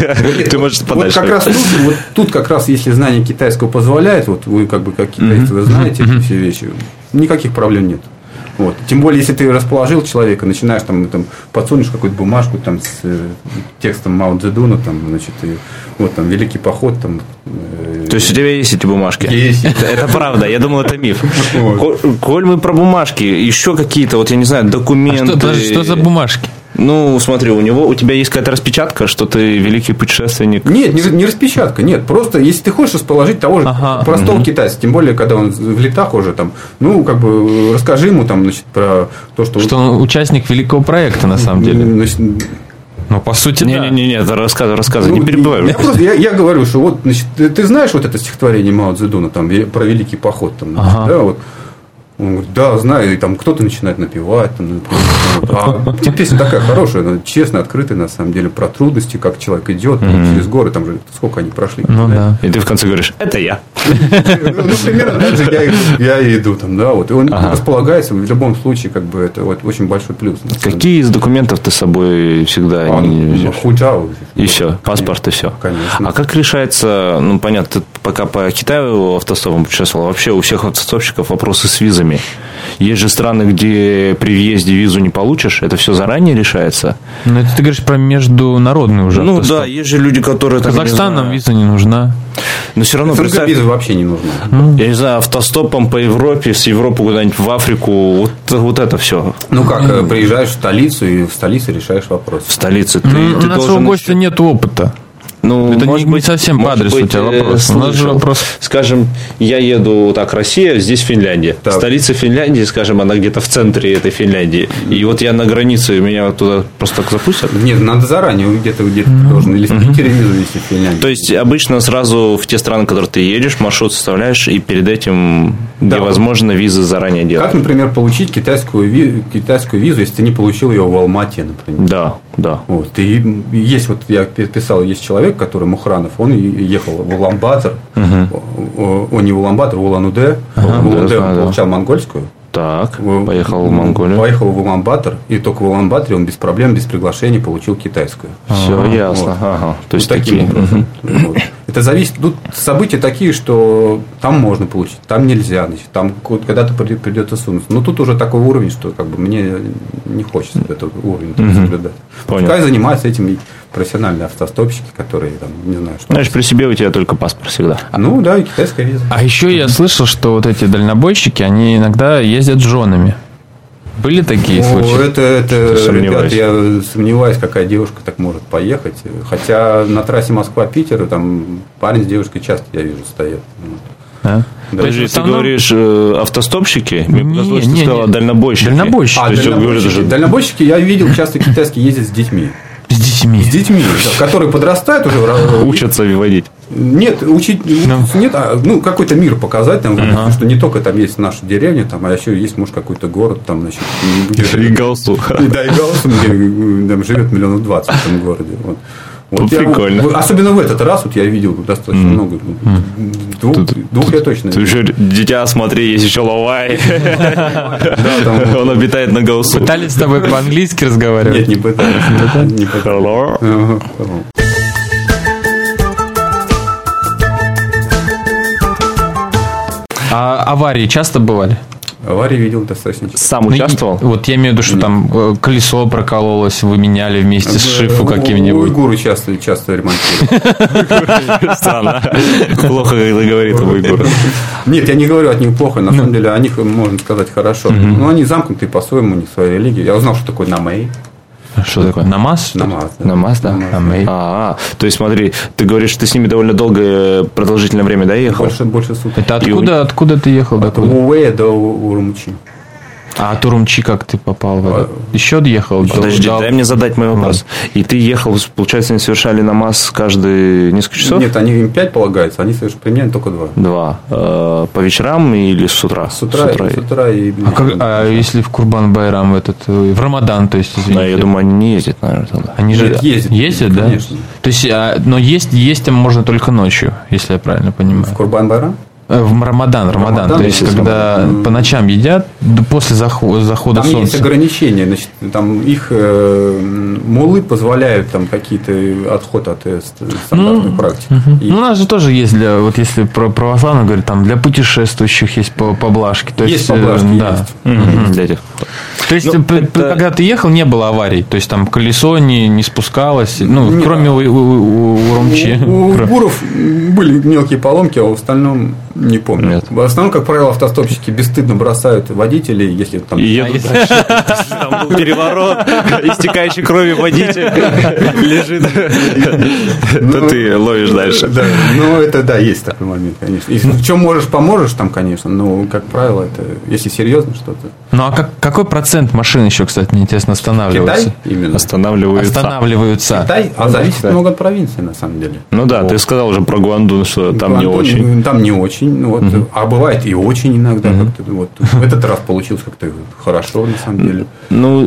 Ты можешь Вот подальше. как раз тут, вот тут как раз, если знание китайского позволяет, вот вы как бы как китайцы, вы знаете эти все вещи, никаких проблем нет. Вот. Тем более, если ты расположил человека, начинаешь там, там подсунешь какую-то бумажку там, с э, текстом Мао Цзэдуна, там, значит, и, вот там великий поход, там. э, То есть у тебя есть эти бумажки? Есть. Это, это правда, я думал, это миф. Вот. Коль, коль мы про бумажки, еще какие-то, вот я не знаю, А документы. что, подожди, что за бумажки? Ну, смотри, у него, у тебя есть какая-то распечатка, что ты великий путешественник. Нет, не, не распечатка, нет. Просто если ты хочешь расположить того же Ага. простого китайца, тем более, когда он в летах уже там, ну, как бы расскажи ему там, значит, про то, что. Что он участник великого проекта, на самом деле. Значит, Ну, по сути, да. Не-не-не, рассказывай, рассказывай, не ну, перебивай. Я, просто- я, я говорю, что вот, значит, ты, ты знаешь вот это стихотворение Мао Цзэдуна, там, ве- про великий поход, там, значит, Ага. да, вот. Он говорит, да, знаю, и там кто-то начинает напевать. Там, например, вот. А песня такая хорошая, она честная, открытая, на самом деле, про трудности, как человек идет там, через горы, там же сколько они прошли. Ну, да. И ты в конце говоришь, это я. Ну, ну, примерно так же я, и- я и иду там, да, вот. И он Ага. располагается, в любом случае, как бы, это вот очень большой плюс. на самом деле. Какие из документов ты с собой всегда А, не ну, везешь? худжао. И все, паспорт и все. Конечно. А как решается, ну понятно, ты пока по Китаю автостопом путешествовал, вообще у всех автостопщиков вопросы с визами. Есть же страны, где при въезде визу не получишь, это все заранее решается. Ну, это ты говоришь про международный уже Ну автостоп. да, есть же люди, которые... там, Казахстан не нам знаю, виза не нужна. Но все равно, СНГ представь, виза вообще не нужна. я не знаю, автостопом по Европе, с Европы куда-нибудь в Африку, вот, вот это все. Ну как, э, приезжаешь в столицу и в столице решаешь вопрос. В столице ты, Ну, ты у нашего должен гостя еще- нет опыта. Ну, Это может не- не быть, совсем по может адресу быть, у тебя э, вопрос. У нас же слышал. вопрос- Скажем, я еду так, Россия, здесь Финляндия. Так. Столица Финляндии, скажем, она где-то в центре этой Финляндии. И вот я на границе, меня туда просто так запустят. Нет, надо заранее где-то где-то должен или в Питере визу вести в Финляндии. То есть, обычно сразу в те страны, в которые ты едешь, маршрут составляешь, и перед этим, Да. где возможно, визы заранее делать. Как, например, получить китайскую, ви- китайскую визу, если ты не получил ее в Алмате, например? Да, да. Вот. И есть, вот я писал, есть человек, который Мухранов, он и- ехал в Улан-Батор, О- он не в Улан-Батор, в Улан-Удэ. В да, Улан-Удэ знаю, он да. получал монгольскую. Так, В- поехал в Монголию. Поехал в Улан-Батор, и только в Улан-Баторе он без проблем, без приглашения получил китайскую. Все ясно. Вот. Ага. То есть, Вот таким такие. образом. Вот. Это зависит. Тут события такие, что там можно получить, там нельзя. Значит, там ко- когда-то при- придется сунуться. Но тут уже такой уровень, что как бы мне не хочется этот уровень так соблюдать. Понял. Пускай занимаются этим и профессиональные автостопщики, которые там, не знаю, что. Знаешь, при себе у тебя только паспорт всегда. А, ну да, и китайская виза. А еще я слышал, что вот эти дальнобойщики, они иногда ездят с женами. Были такие Ну, случаи? это, это Сомневаюсь. ребят, я сомневаюсь, какая девушка так может поехать. Хотя на трассе Москва-Питер там парень с девушкой часто, я вижу, стоят. Да? Подожди, То есть, в ты основном- говоришь э, автостопщики? Мне Не, показалось, ты не, сказала не. дальнобойщики. Дальнобойщики. А, То есть, он говорит, дальнобойщики. что- Дальнобойщики я видел, часто китайские ездят с детьми. С детьми. С детьми, да, которые подрастают уже. Учатся водить. Нет, учить Ну. нет, а, ну какой-то мир показать, там, что не только там есть наша деревня, там, а еще есть, может, какой-то город, там, значит, где И галстук. И, да, и Галсум, где там живет миллионов двадцать в этом городе. Вот. Вот Тут я- прикольно. в- особенно в этот раз вот я видел достаточно много. Двух, двух я точно Ты видел. еще, дитя, смотри, есть еще Лавай. там- Он обитает на галстук. Пытались с тобой по-английски разговаривать? Нет, не пытались. Не пытались. Hello. Ага. А аварии часто бывали? Аварии видел достаточно часто. Сам Ну, и- участвовал? Вот я имею в виду, что там э, колесо прокололось, вы меняли вместе с шифу У- каким-нибудь. Уйгуры часто, часто ремонтируют. Странно. Плохо, когда говорит об уйгурах. Нет, я не говорю от них плохо, на Ну. самом деле о них можно сказать хорошо. Но они замкнуты по-своему, у них своя религия. Я узнал, что такое намей. Что такое? Намаз? что ли? Намаз. да. Намаз, да? Амей. А, то есть смотри, ты говоришь, что ты с ними довольно долгое, продолжительное время, да, ехал? Больше, больше суток. Это откуда, откуда ты ехал? От Докуда? Уэя до Урумчи. А от Урумчи как ты попал в это? Еще доехал? до- Подожди, до- дай мне задать мой вопрос. И ты ехал, получается, они совершали намаз каждые несколько часов? Нет, они им пять полагается, они совершенно примерно только два. Два. Э, По вечерам или с утра? С утра, с утра и... А, как- а если в Курбан-Байрам, в этот, э, в Рамадан, то есть, Да, извините. я думаю, они не ездят, наверное, туда. Они же Нет, ездят, ездят, да? конечно. То есть, а, но есть, есть там можно только ночью, если я правильно понимаю. В Курбан-Байрам? Э, В Рамадан, Рамадан. Рамадан, То есть, если когда Рамадан. по ночам едят, д- после захо- захода Там есть солнца. ограничения, значит, там их э, муллы позволяют там какие-то отход от э, ст- стандартной практики. И- Ну, у нас же тоже есть для, вот если про православных говорить, там для путешествующих есть по- поблажки. То Есть есть, э, поблажки, да. есть. Мгм, для этих. То есть, Ну, п- п- это- когда ты ехал, не было аварий. То есть, там колесо не, не спускалось. Ну, Нет. кроме у, у- у- Урумчи. У уйгуров были мелкие поломки, а в остальном не помню. Нет. В основном, как правило, автостопщики бестыдно бросают водителей, если там... И едут дальше. Там был переворот, истекающий кровью водитель лежит. То ты ловишь дальше. Да, ну это да, есть такой момент, конечно. И в чем можешь, поможешь там, конечно, но, как правило, это, если серьезно что-то. Ну, а как, какой процент машин еще, кстати, мне интересно, останавливается? Китай именно. Останавливаются. Останавливаются. Китай, а зависит много от провинции, на самом деле. Ну да, ты сказал уже про Гуандун, что там не Гуандун, очень. Там не очень. ну, Вот, а бывает и очень иногда. Как-то, вот, в этот раз получилось как-то хорошо, на самом деле. Ну,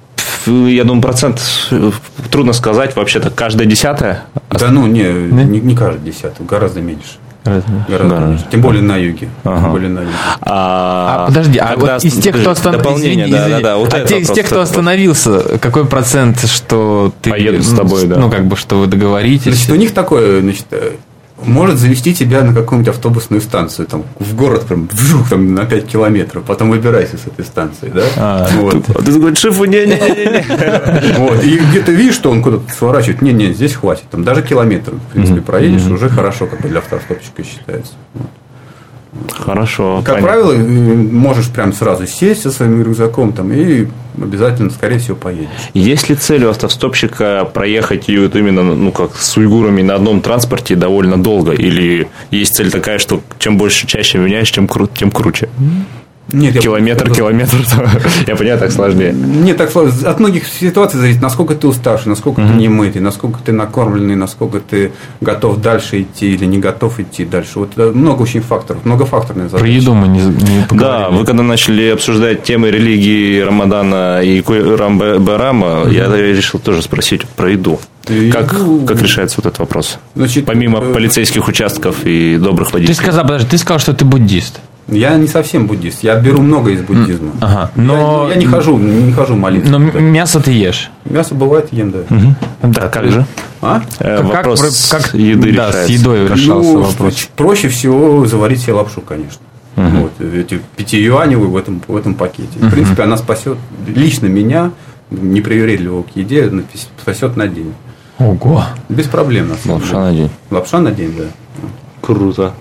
я думаю, процент трудно сказать. Вообще-то каждая десятая. Да ну, не, не, не каждый десятый, гораздо меньше. Гораздо Гораздо. меньше. Тем более на юге. Ага. Тем более на юге. А, А, подожди, а тогда вот из тех, кто остановился, дополнение, да, да, да, вот а это те- из вопрос, тех, кто это вопрос. остановился, какой процент, что ты Поедут с ну, тобой, да. Ну, как бы, что вы договоритесь? Значит, у них такое, значит, э, может завести тебя на какую-нибудь автобусную станцию, там, в город, прям, вжух, там, на пять километров, потом выбирайся с этой станции, да? А, вот. Ты говоришь, шифу, не-не-не. Вот. И где-то видишь, что он куда-то сворачивает, не-не, здесь хватит, там, даже километр, в принципе, проедешь, уже хорошо, как бы, для автостопщика считается. Вот. Хорошо. Как понятно. правило, э, можешь прям сразу сесть со своим рюкзаком там, и обязательно, скорее всего, поедешь. Есть ли цель у автостопщика проехать ее именно, ну, как с уйгурами на одном транспорте довольно долго? Или есть цель такая, что чем больше, чаще меняешь, тем, кру- тем круче? Нет, я- Километр, километр. Я понимаю, так сложнее. Не так сложно. От многих ситуаций зависит, насколько ты уставший, насколько ты не мытый, насколько ты накормленный, насколько ты готов дальше идти или не готов идти дальше. Вот э, много очень факторов, многофакторная задача. Про еду мы не, не Да, поговорили. вы когда начали обсуждать темы религии Рамадана и Рамбарама, я решил тоже спросить про еду. Еду- Как, как решается вот этот вопрос? Значит, Помимо э, полицейских участков и добрых Ты водителей. сказал, подожди, ты сказал, что ты буддист. Я не совсем буддист, я беру много из буддизма. Ага, Я- но- я, не хожу, не хожу молиться. Но м- туда. мясо ты ешь. Мясо бывает ем, да. Да, А как же? А? Э, Как, вопрос про- как еды да, решается. с едой решался Ну, вопрос. ч- проще всего заварить себе лапшу, конечно. Вот, эти пятиюаневые в этом, в этом пакете. В принципе, она спасет лично меня, непривередливого к еде, спасет на день. Ого. Без проблем, на самом Лапша деле. на день. Лапша на день, да. Круто.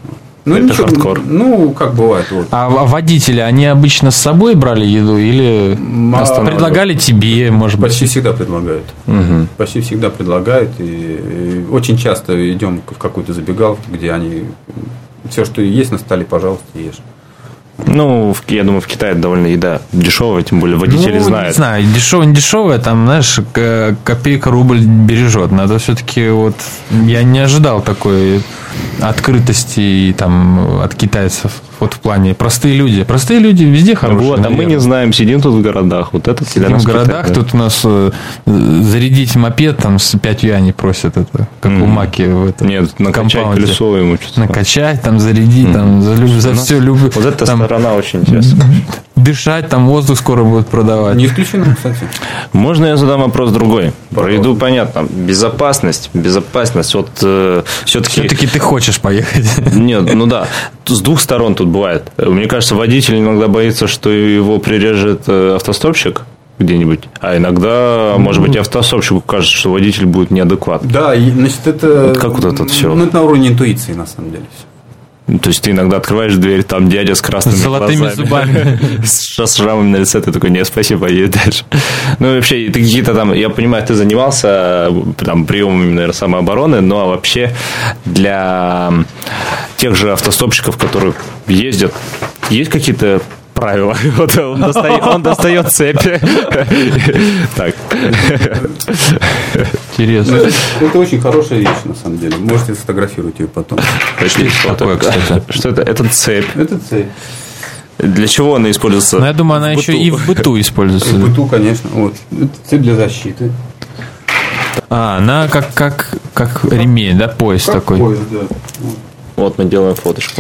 Ну, это ничего, хардкор. Ну, как бывает. Вот. А водители, они обычно с собой брали еду или А, предлагали тебе, может быть? Почти всегда предлагают. Угу. Почти всегда предлагают. И, и очень часто идем в какую-то забегаловку, где они все, что есть на столе, пожалуйста, ешь. Ну, я думаю, в Китае довольно еда дешевая, тем более водители ну, знают. Не знаю, дешевая, не дешевая, там, знаешь, копейка рубль бережет. Надо все-таки вот. Я не ожидал такой открытости там от китайцев. Вот в плане простые люди. Простые люди везде хорошие. Вот, а мы не знаем, сидим тут в городах. Вот это сидим в городах, тут у нас э, зарядить мопед там с пять юаней просят это, как mm. у Маки в этом. Нет, накачать колесо ему что-то. Накачать, там зарядить, mm. там за, за все люблю. Вот эта там, сторона очень интересная. Дышать, там воздух скоро будут продавать. Не исключено, кстати. Можно я задам вопрос другой? Про еду понятно. Безопасность, безопасность. Вот э, все-таки... Все-таки ты хочешь поехать. Нет, ну да. С двух сторон тут бывает. Мне кажется, водитель иногда боится, что его прирежет автостопщик где-нибудь, а иногда, может быть, автостопщику кажется, что водитель будет неадекватный. Да, и, значит, это... Вот как вот это все? Ну, это на уровне интуиции, на самом деле. То есть ты иногда открываешь дверь, там дядя с красными с золотыми глазами, зубами, с шрамами на лице, ты такой, нет, спасибо, едешь дальше. Ну, вообще, ты какие-то там, я понимаю, ты занимался там приемами, наверное, самообороны, но вообще для тех же автостопщиков, которые ездят, есть какие-то правила? Вот он достает, он достает цепь. Так. Интересно. Это очень хорошая вещь, на самом деле. Можете сфотографировать ее потом. Что такое, кстати? Что это? Это цепь. Это цепь. Для чего она используется? Ну, я думаю, она еще и в быту используется. В быту, конечно. Вот. Это цепь для защиты. А, она как, как, как ремень, да, пояс как такой. Пояс, да. Вот мы делаем фоточку.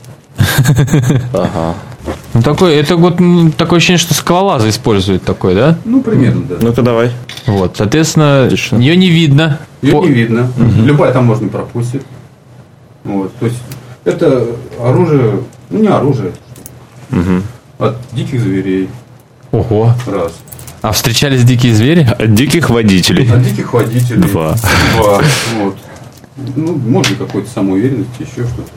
Ага. Ну, такой, это вот такое ощущение, что скалолазы используют такой, да? Ну, примерно, да. Ну-ка, давай. Вот, соответственно, ее не видно. Ее По... не видно. Угу. Любая там можно пропустить. Вот. То есть, это оружие, ну, не оружие. Угу. От диких зверей. Ого. Раз. А встречались дикие звери? От диких водителей. От диких водителей. Два. Два. Вот. Ну, может, какой-то самоуверенности, еще что-то.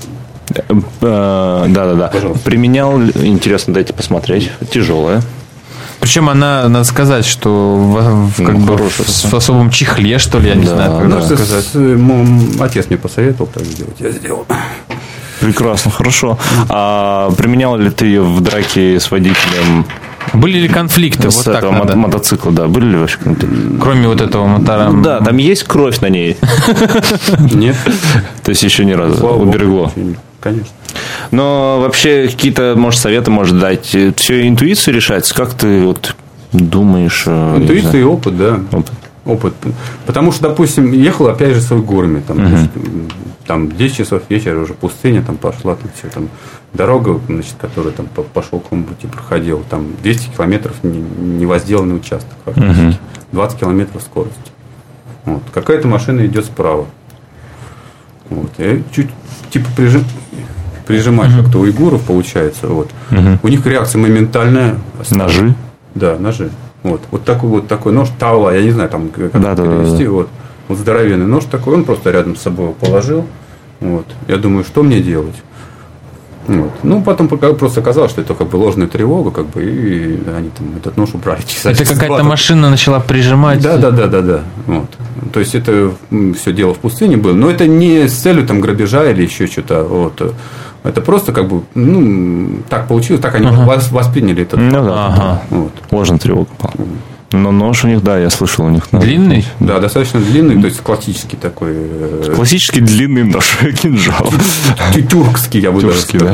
Да, да, да. Пожалуйста. Применял, интересно, дайте посмотреть. Тяжелая. Причем она, надо сказать, что в, в, как ну, бы в, в особом чехле, что ли, я не да, знаю, как да. сказать. С, мой отец мне посоветовал так сделать, я сделал. Прекрасно, хорошо. А применял ли ты ее в драке с водителем? Были ли конфликты? С вот так этого надо. мотоцикла, да, были ли вообще конфликты? Кроме вот этого мотора. Ну, да, там есть кровь на ней. Нет. То есть еще ни разу уберегло. Конечно. Но вообще какие-то, может, советы может дать. Все интуиция решается. Как ты вот думаешь? Интуиция и опыт, да. Опыт. Опыт. Потому что, допустим, ехал опять же с горами. Там, Угу. значит, там десять часов вечера уже пустыня, там пошла там, все, там, дорога, значит, которая там по, по шелковому пути проходила. Там двести километров невозделанный участок. Угу. двадцать километров скорости. Вот. Какая-то машина идет справа. Вот. Я чуть типа прижим, прижимать uh-huh. как-то уйгуров, получается. Вот. Uh-huh. У них реакция моментальная. Ножи? Да, ножи. Вот, вот такой вот такой нож Таула, я не знаю, там как да, перевести. Да, да. Вот. Вот здоровенный нож такой, он просто рядом с собой положил. Вот. Я думаю, что мне делать? Вот. Ну, потом просто оказалось, что это как бы ложная тревога, как бы, и они там этот нож убрали. Это какая-то машина начала прижимать. Да, да, да, да, да. Вот. То есть это все дело в пустыне было. Но это не с целью там грабежа или еще что-то. Вот. Это просто как бы, ну, так получилось, так они ага. восприняли этот. Ну да. Ага. Вот. Ложная тревога. Но нож у них, да, я слышал, у них. Длинный? Да, достаточно длинный, то есть классический такой. Классический длинный нож, кинжал. Тюркский, я бы даже сказал.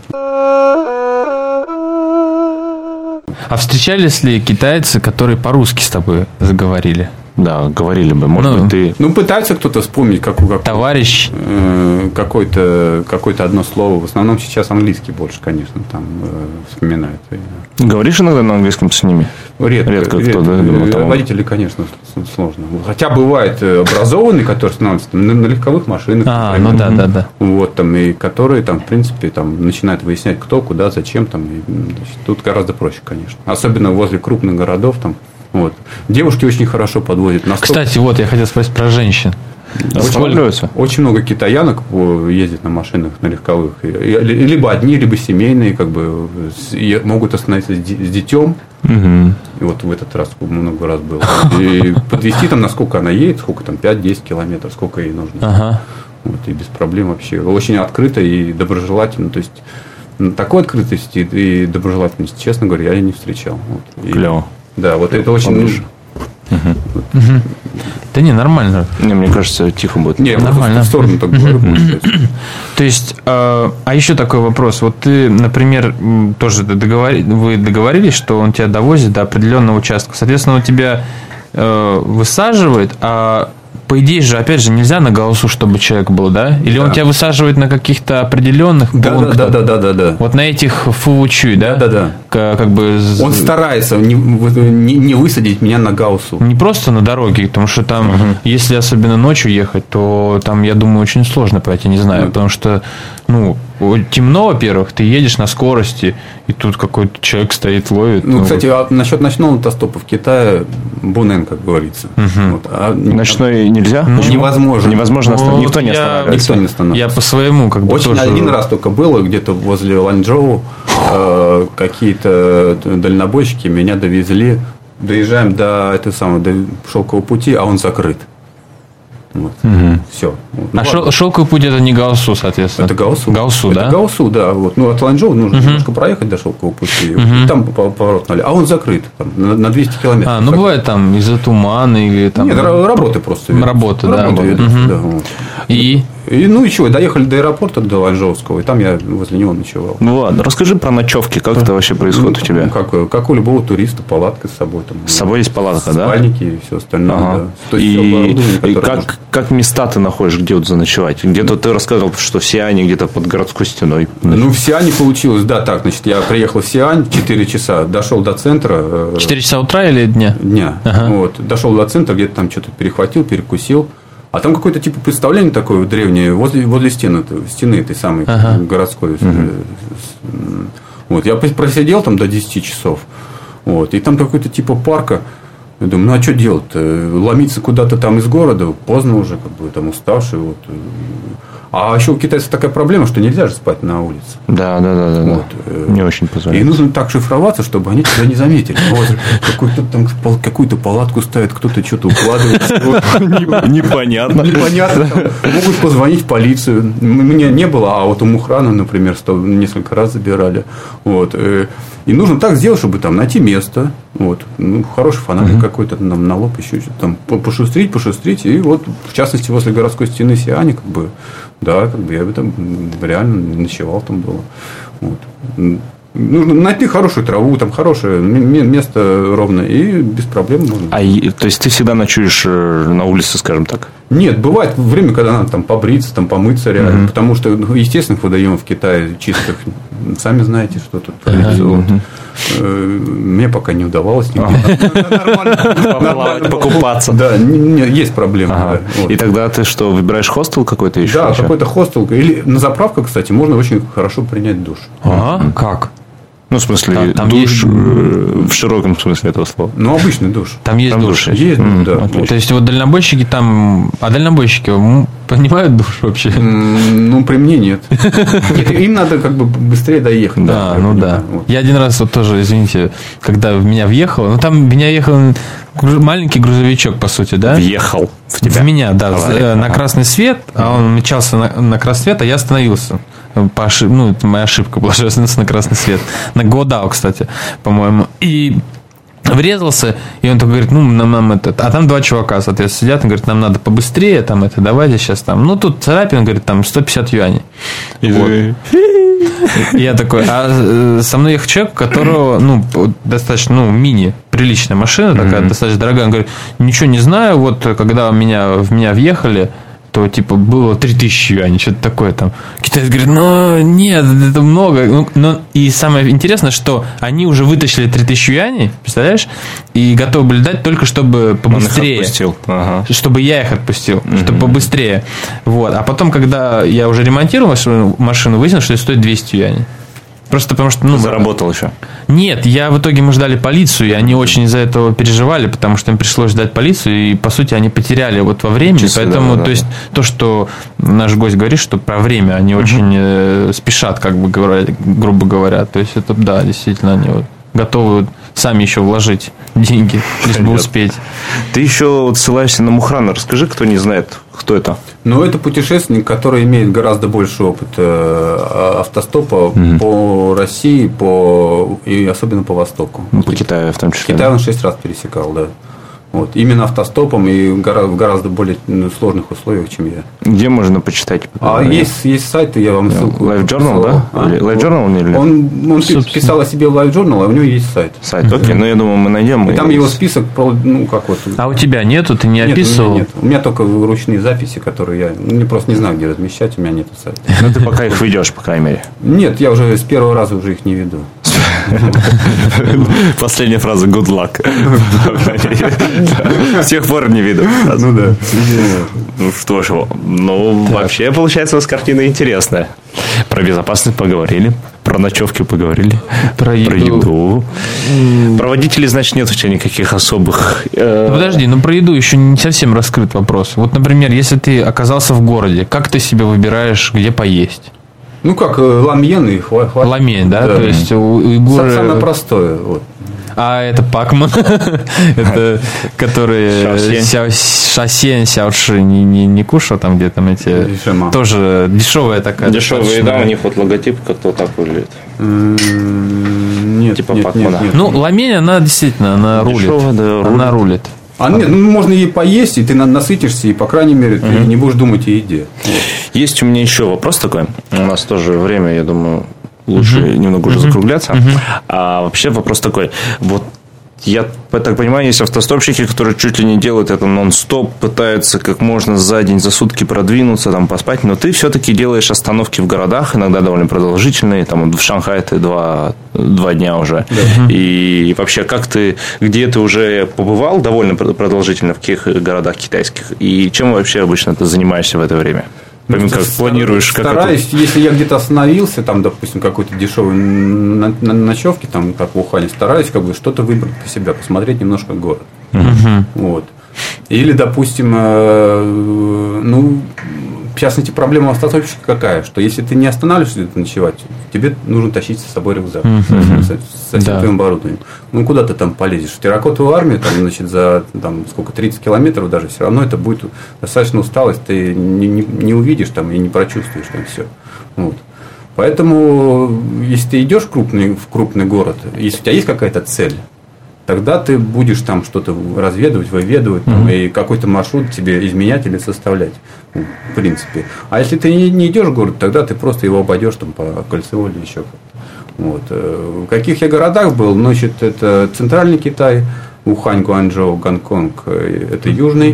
А встречались ли китайцы, которые по-русски с тобой заговорили? Да, говорили бы. Может ну, быть, ты... Ну, пытается кто-то вспомнить, как, как, товарищ. Э, какое-то, какое-то одно слово. В основном сейчас английский больше, конечно, там э, вспоминают. Говоришь иногда на английском с ними? Редко. Редко, редко кто, да? Думаю, там... Водители, конечно, сложно. Хотя бывают образованные, которые становятся там, на, на легковых машинах. А, например, ну да, да, да. Вот, там, и которые там, в принципе, там, начинают выяснять, кто, куда, зачем. Там, и, значит, тут гораздо проще, конечно. Особенно возле крупных городов. Там, вот. Девушки очень хорошо подводят. Настолько... Кстати, вот я хотел спросить про женщин. Очень, очень много китаянок ездит на машинах, на легковых. Либо одни, либо семейные, как бы могут остановиться с детем. Угу. И вот в этот раз много раз было. И подвезти там, насколько она едет, сколько там, пять-десять километров, сколько ей нужно. Ага. Вот, и без проблем вообще. Очень открыто и доброжелательно. То есть, такой открытости и доброжелательности, честно говоря, я не встречал. Вот. И, клево. Да, вот это очень нужно. Угу. Вот. Угу. Да не, нормально. Не, мне кажется, тихо будет. Не, нормально. В сторону так говорю. То есть, э, а еще такой вопрос. Вот ты, например, тоже договор... вы договорились, что он тебя довозит до определенного участка. Соответственно, он тебя э, высаживает, а по идее же, опять же, нельзя на гаусу, чтобы человек был, да? Или да. он тебя высаживает на каких-то определенных да, пунктах? Да, да, да, да, да. Вот на этих фу-чуй, да? Да, да, да. Как, как бы... Он старается не, не, не высадить меня на гаусу. Не просто на дороге, потому что там, угу. если особенно ночью ехать, то там, я думаю, очень сложно пройти, не знаю, угу. потому что, ну, темно, во-первых, ты едешь на скорости, и тут какой-то человек стоит, ловит. Ну, ну кстати, вот. а насчет ночного автостопа в Китае бунен, как говорится. Угу. Вот, а ночной нельзя? Ну, невозможно. Невозможно. Ну, никто не останавливается. Никто не останавливается. Я по своему как бы Очень тоже... один раз только было, где-то возле Ланчжоу э, какие-то дальнобойщики меня довезли. Доезжаем до этого самого до Шелкового пути, а он закрыт. Вот. Угу. Все. Ну, а шел, шелковый путь это не Гаусу, соответственно. Это Гаусу. Гаусу, это да? Гаусу, да. Вот. Ну, от Ланчжоу нужно угу. немножко проехать до Шелкового пути. Угу. И там поворот налево. А он закрыт там, на, на двести километров. А, ну закрыт. бывает там из-за тумана или там. Нет, работы просто. Работы, да. Работы ведут, угу. да вот. И. И, ну и чего, доехали до аэропорта, до Ланчжоуского, и там я возле него ночевал. Ну ладно, расскажи про ночевки, как это вообще происходит ну, у тебя? Как, как у любого туриста, палатка с собой. Там, с собой есть палатка, да? Спальники и все остальное, ага. да. То есть, и и как, как места ты находишь, где вот заночевать? Где-то ты рассказывал, что в Сиане где-то под городской стеной. Ну, в Сиане получилось, да, так, значит, я приехал в Сиань, четыре часа, дошел до центра. четыре часа утра или дня? Дня. Ага. Вот, дошел до центра, где-то там что-то перехватил, перекусил. А там какое-то типа представление такое древнее возле, возле стены, стены этой самой ага. городской. Угу. Вот, я просидел там до десяти часов. Вот, и там какой-то типа парка. Я думаю, ну а что делать-то? Ломиться куда-то там из города, поздно уже, как бы там уставший. Вот. А еще у китайцев такая проблема, что нельзя же спать на улице. Да, да, да, да. Вот. Не очень позволяет. И нужно так шифроваться, чтобы они тебя не заметили. Вот, какую-то, там, какую-то палатку ставят, кто-то что-то укладывает. Непонятно. Непонятно. Могут позвонить в полицию. У меня не было, а вот у Мухрана, например, несколько раз забирали. Вот. И нужно так сделать, чтобы там найти место. Вот. Ну, хороший фонарик uh-huh. какой-то нам на лоб, еще что-то там пошустрить, пошустрить. И вот, в частности, возле городской стены Сиани, как бы, да, как бы я бы там реально ночевал там было. Вот. Нужно найти хорошую траву, там хорошее место ровное, и без проблем можно. А, то есть, ты всегда ночуешь на улице, скажем так? Нет, бывает время, когда надо там побриться, там помыться реально, uh-huh. потому что естественных водоемов в Китае чистых, сами знаете, что тут творится. Uh-huh. Вот. Мне пока не удавалось. Нормально покупаться. Да, есть проблемы. И тогда ты что, выбираешь хостел какой-то еще? Да, какой-то хостел. Или на заправках, кстати, можно очень хорошо принять душ. А, как? Ну, в смысле, там, там душ есть... в широком смысле этого слова. Ну, обычный душ. Там есть там душ. душ. Есть, mm, да. Отлично. То есть, вот дальнобойщики там... А дальнобойщики понимают душ вообще? Mm, ну, при мне нет. Им надо как бы быстрее доехать. Да, ну да. Я один раз вот тоже, извините, когда в меня въехало... Ну, там в меня въехал маленький грузовичок, по сути, да? Въехал в тебя? В меня, да. На красный свет, а он мчался на красный свет, а я остановился. По ошиб... Ну, это моя ошибка была, что я остановился на красный свет. На Годао, кстати, по-моему. И врезался, и он такой говорит, ну, нам, нам это... А там два чувака, соответственно, сидят, он говорит, нам надо побыстрее, там, это, давайте сейчас там... Ну, тут царапин, говорит, там, сто пятьдесят юаней. И вот. Я такой, а со мной ехал человек, у которого, ну, достаточно, ну, мини, приличная машина, такая, mm-hmm. достаточно дорогая. Он говорит, ничего не знаю, вот, когда меня, в меня въехали, то, типа, было три тысячи юаней, что-то такое там. Китаец говорит, ну, нет, это много. Ну, но, и самое интересное, что они уже вытащили три тысячи юаней, представляешь? И готовы были дать только, чтобы побыстрее. Он их отпустил. Ага. Чтобы я их отпустил, mm-hmm. чтобы побыстрее. Вот. А потом, когда я уже ремонтировал машину, выяснилось, что это стоит двести юаней. Просто потому что... Ну, заработал еще? Нет, я в итоге мы ждали полицию, и они очень из-за этого переживали, потому что им пришлось ждать полицию, и, по сути, они потеряли вот во времени. Часы, поэтому, да, да, то есть, да. то, что наш гость говорит, что про время они uh-huh. очень э, спешат, как бы говоря, грубо говоря. То есть, это, да, действительно, они вот готовы сами еще вложить деньги, лишь бы успеть. Ты еще вот ссылаешься на Мухрана. Расскажи, кто не знает, кто это. Ну, это путешественник, который имеет гораздо больше опыта автостопа mm-hmm. по России, по... и особенно по Востоку. Ну, по Китаю в том числе. Китай он шесть раз пересекал, да. Вот. Именно автостопом и в гораздо более сложных условиях, чем я. Где можно почитать? А есть, есть сайты, я вам ссылку. Live Journal, да? А? Live Journal или? Он, он писал о себе в Live Journal, а у него есть сайт. Сайт, окей, ну я думаю, мы найдем. И там его список, ну как вот. А у тебя нету, ты не описывал? Нет, у меня только ручные записи, которые я ну, просто не знаю, где размещать, у меня нет сайта. Ну ты пока их ведешь, по крайней мере. Нет, я уже с первого раза уже их не веду. Последняя фраза good luck. С тех пор не видел. Ну да. Ну что ж, ну вообще получается у вас картина интересная. Про безопасность поговорили, про ночевки поговорили, про еду. Про, еду. Про водителей, значит, нет у тебя никаких особых. Ну, подожди, ну про еду еще не совсем раскрыт вопрос. Вот, например, если ты оказался в городе, как ты себе выбираешь, где поесть? Ну, как ламьен и хватит. Ламень, да? да? То есть у уйгуры... Самое простое. Вот. А это пакман, это который шасен, сяоши не кушал, там где там эти... Тоже дешевая такая. Дешевая еда, у них вот логотип как-то так выглядит. Нет, типа пакмана. Ну, ламень, она действительно, она рулит. Она рулит. А нет, ну можно ей поесть, и ты насытишься, и, по крайней мере, ты uh-huh. не будешь думать о еде. Есть у меня еще вопрос такой. У нас тоже время, я думаю, лучше uh-huh. немного уже uh-huh. закругляться. Uh-huh. А вообще вопрос такой. Вот я так понимаю, есть автостопщики, которые чуть ли не делают это нон-стоп, пытаются как можно за день, за сутки продвинуться, там, поспать, но ты все-таки делаешь остановки в городах, иногда довольно продолжительные, там, в Шанхае ты два, два дня уже. Да. И вообще, как ты, где ты уже побывал довольно продолжительно, в каких городах китайских, и чем вообще обычно ты занимаешься в это время? Помимо как планируешь, как стараюсь, это... если я где-то остановился, там, допустим, какой-то дешевой на, на ночевке, там, как в Ухане, стараюсь как бы что-то выбрать для себя, посмотреть немножко город. Uh-huh. Вот. Или, допустим, э, ну, в частности, проблема автостопщика какая, что если ты не останавливаешься где-то ночевать, тебе нужно тащить с собой рюкзак uh-huh. со, со всем да. твоим оборудованием. Ну, куда ты там полезешь? В терракотовую армию, там, значит, за там, сколько, тридцать километров даже, все равно это будет достаточно усталость, ты не, не, не увидишь там и не прочувствуешь там все. Вот. Поэтому, если ты идешь в крупный, в крупный город, если у тебя есть какая-то цель, тогда ты будешь там что-то разведывать, выведывать, mm-hmm. там, и какой-то маршрут тебе изменять или составлять, в принципе. А если ты не, не идешь в город, тогда ты просто его обойдешь там, по кольцевой или еще как-то. Вот. В каких я городах был? Значит, это центральный Китай, Ухань, Гуанчжоу, Гонконг, это южный.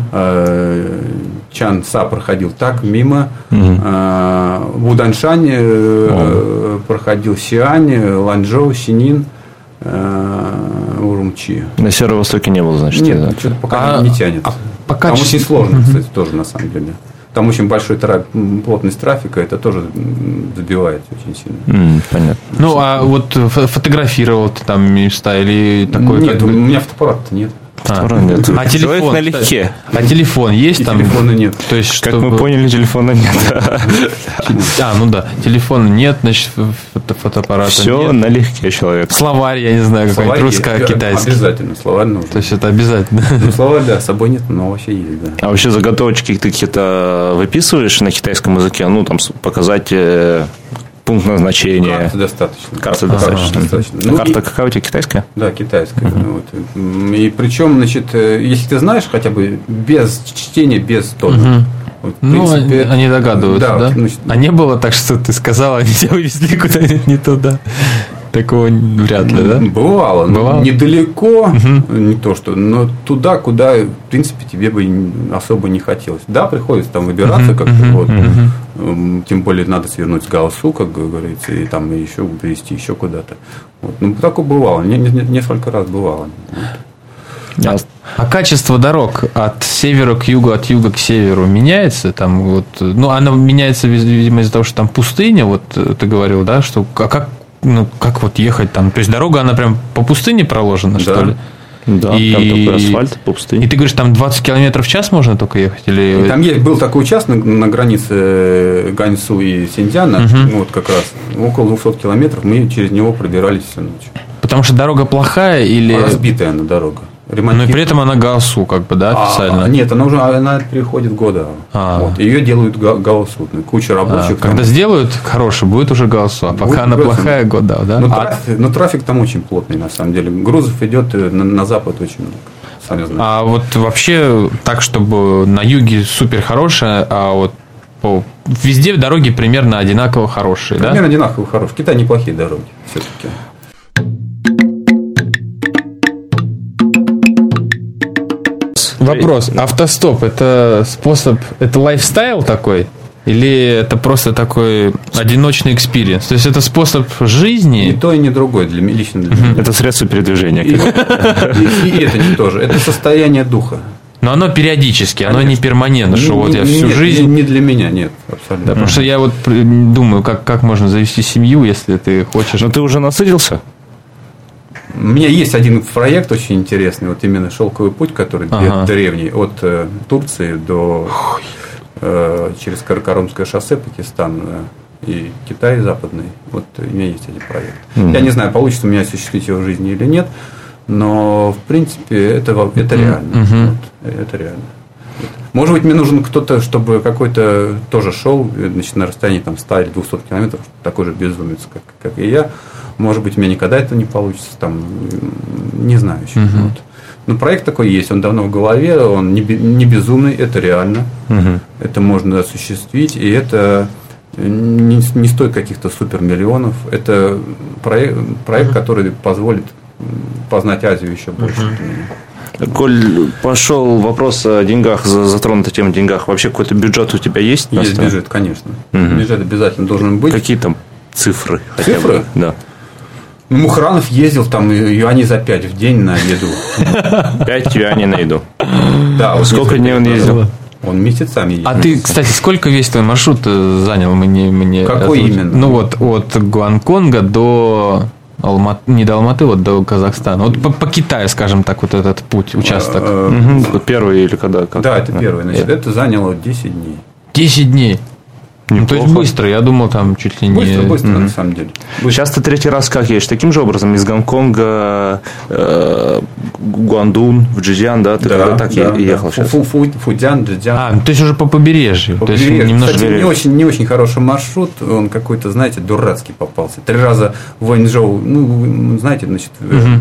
Чанса проходил так, мимо. Mm-hmm. Вуданшань mm-hmm. проходил, Сиань, Ланчжоу, Синин. Урумчи. На Северо-Востоке не было, значит? Нет, да? Что-то пока а, не тянет. А, пока Там очень сложно, uh-huh. кстати, тоже на самом деле. Там очень большой трафик, плотность трафика, это тоже забивает очень сильно. Mm, понятно. Ну, а вот фотографировал ты там места или такой? Нет, как у меня фотоаппарата нет. А, нет. а телефон налегке. А телефон есть и там? Телефона нет. То есть, как чтобы... мы поняли, телефона нет. А, ну да, телефона нет, значит, фото- фотоаппарата все нет. налегке, человек. Словарь, я не знаю, какой-нибудь русско-китайский. Обязательно, словарь нужен. То есть это обязательно. Ну, словарь, да, с собой нет, но вообще есть, да. А вообще заготовочки ты какие-то выписываешь на китайском языке? Ну, там показать пункт назначения. Карты достаточно. Карты достаточно. достаточно. Ну, карта и... какая у тебя, китайская? Да, китайская. Uh-huh. Вот. И причем, значит, если ты знаешь хотя бы без чтения, без тона. Uh-huh. Вот, ну, принципе, они догадываются, да? да? Значит, а не было так, что ты сказал, они тебя увезли куда-нибудь не туда? Такого вряд ли, да? Бывало. Бывало? Недалеко, uh-huh. не то что, но туда, куда, в принципе, тебе бы особо не хотелось. Да, приходится там выбираться uh-huh. как-то, uh-huh. вот. Uh-huh. Тем более надо свернуть с Гаосу, как говорится, и там еще привезти еще куда-то. Вот. Ну, такое бывало, не, не, несколько раз бывало. Вот. А, а качество дорог от севера к югу, от юга к северу меняется? Там вот, ну, оно меняется, видимо, из-за того, что там пустыня, вот ты говорил, да, что а как ну, как вот ехать там? То есть дорога, она прям по пустыне проложена, да. что ли? Да, и... там такой асфальт по пустыне. И ты говоришь, там двадцать километров в час можно только ехать? Или... И там есть, был такой участок на границе Ганьсу и Синьцзяна, угу. ну, вот как раз около двухсот километров, мы через него пробирались всю ночь. Потому что дорога плохая или... Разбитая она дорога. Но при этом она ГАОСУ, как бы, да, официально? А, нет, она уже она переходит года. А. Вот, ее делают ГАОСУ. Куча рабочих. А, когда там... сделают хороший, будет уже ГАОСУ, а пока будет она плохая, года, да? Но, а... трафик, но трафик там очень плотный, на самом деле. Грузов идет на, на запад очень много. Сами знаете. А вот вообще так, чтобы на юге супер хорошая, а вот по... везде дороги примерно одинаково хорошие, примерно да? Примерно одинаково хорошие. В Китае неплохие дороги все-таки. Вопрос. Автостоп – это способ, это лайфстайл такой? Или это просто такой одиночный экспириенс? То есть, это способ жизни? И то, и не другое, для, лично для меня. Это средство передвижения. И, и, и это не тоже. Это состояние духа. Но оно периодически, оно Конечно. не перманентно, что не, вот я не, всю нет, жизнь... Не для меня, нет, абсолютно. Да, потому что я вот думаю, как, как можно завести семью, если ты хочешь... Но ты уже насытился? У меня есть один проект очень интересный, вот именно «Шелковый путь», который ага. древний, от э, Турции до э, через Каракарумское шоссе, Пакистан э, и Китай западный. Вот у меня есть один проект. Mm-hmm. Я не знаю, получится у меня осуществить его в жизни или нет, но в принципе это, это реально. Mm-hmm. Вот, это реально. Может быть, мне нужен кто-то, чтобы какой-то тоже шел, значит, на расстоянии там, ста или двухсот километров, такой же безумец, как, как и я. Может быть, у меня никогда это не получится, там, не знаю еще. Uh-huh. Вот. Но проект такой есть, он давно в голове, он не, не безумный, это реально, uh-huh. это можно осуществить, и это не, не стоит каких-то супермиллионов. Это проект, проект uh-huh. который позволит познать Азию еще больше. Uh-huh. Коль, пошел вопрос о деньгах, затронута тема о деньгах. Вообще какой-то бюджет у тебя есть? Есть бюджет, конечно. Uh-huh. Бюджет обязательно должен быть. Какие там цифры? Цифры? Да. Мухранов ездил там юаней за пять в день на еду. Пять юаней на еду. Да. Вот сколько дней он ездил? Он месяцами ездил. А ты, кстати, сколько весь твой маршрут занял? Мне, мне Какой озвучить? именно? Ну вот от Гонконга до Алматы, не до Алматы, вот до Казахстана. Вот по, по Китаю, скажем так, вот этот путь, участок. Угу. Первый или когда? Как? Да, это первый. Значит, это заняло десять дней. Десять дней. Ну, то есть быстро, я думал, там чуть ли не... Быстро, быстро, mm-hmm. на самом деле. Быстро. Сейчас ты третий раз как едешь? Таким же образом из Гонконга э, Гуандун в Джидзян, да? Ты да, когда так да, ехал да. сейчас? Фу, фу, Фудзян, Джидзян. А, то есть уже по побережью. По то есть побережью. немножко... Кстати, не очень, не очень хороший маршрут. Он какой-то, знаете, дурацкий попался. Три раза в Вэньчжоу, ну, знаете, значит, mm-hmm.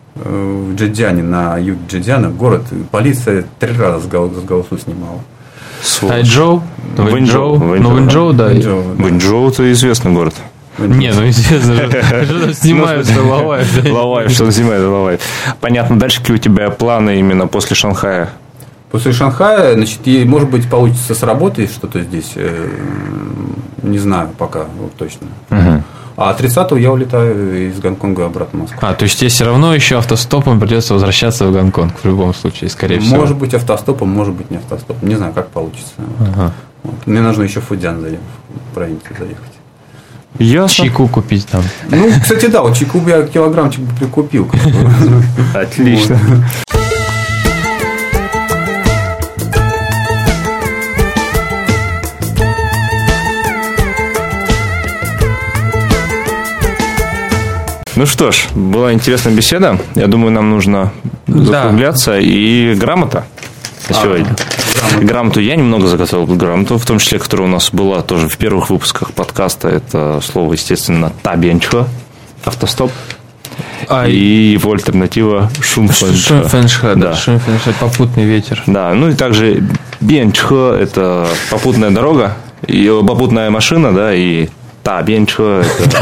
в Джидзяне, на юге Джидзяна, город, полиция три раза с ГАОСУ снимала. Тайчжоу? Вэньчжоу? Ну, Вэньчжоу, да. Вэньчжоу – это известный город. Не, ну известно, что снимают Лаваев. Лаваев, что снимает Лаваев. Понятно. Дальше какие у тебя планы именно после Шанхая? После Шанхая, значит, может быть, получится с работой что-то здесь. Не знаю пока, вот точно. А тридцатого я улетаю из Гонконга обратно в Москву. А, то есть тебе все равно еще автостопом придется возвращаться в Гонконг в любом случае, скорее всего. Может быть автостопом, может быть не автостопом. Не знаю, как получится. Ага. Вот. Мне нужно еще в Фудзян заехать, в провинцию заехать. Ясно. Чайку купить там. Ну, кстати, да, вот чайку я килограммчик прикупил. Отлично. Ну что ж, была интересная беседа. Я думаю, нам нужно закругляться. Да. И грамота сегодня. А, грамоту я немного заготовил, грамоту, в том числе, которая у нас была тоже в первых выпусках подкаста. Это слово, естественно, табенчо, автостоп. А и его альтернатива шумфэншэ. Шумфэншэ, да. Шумфэншэ, попутный ветер. Да, ну и также бенчхэ – это попутная дорога, и попутная машина, да, и Да, бенчо.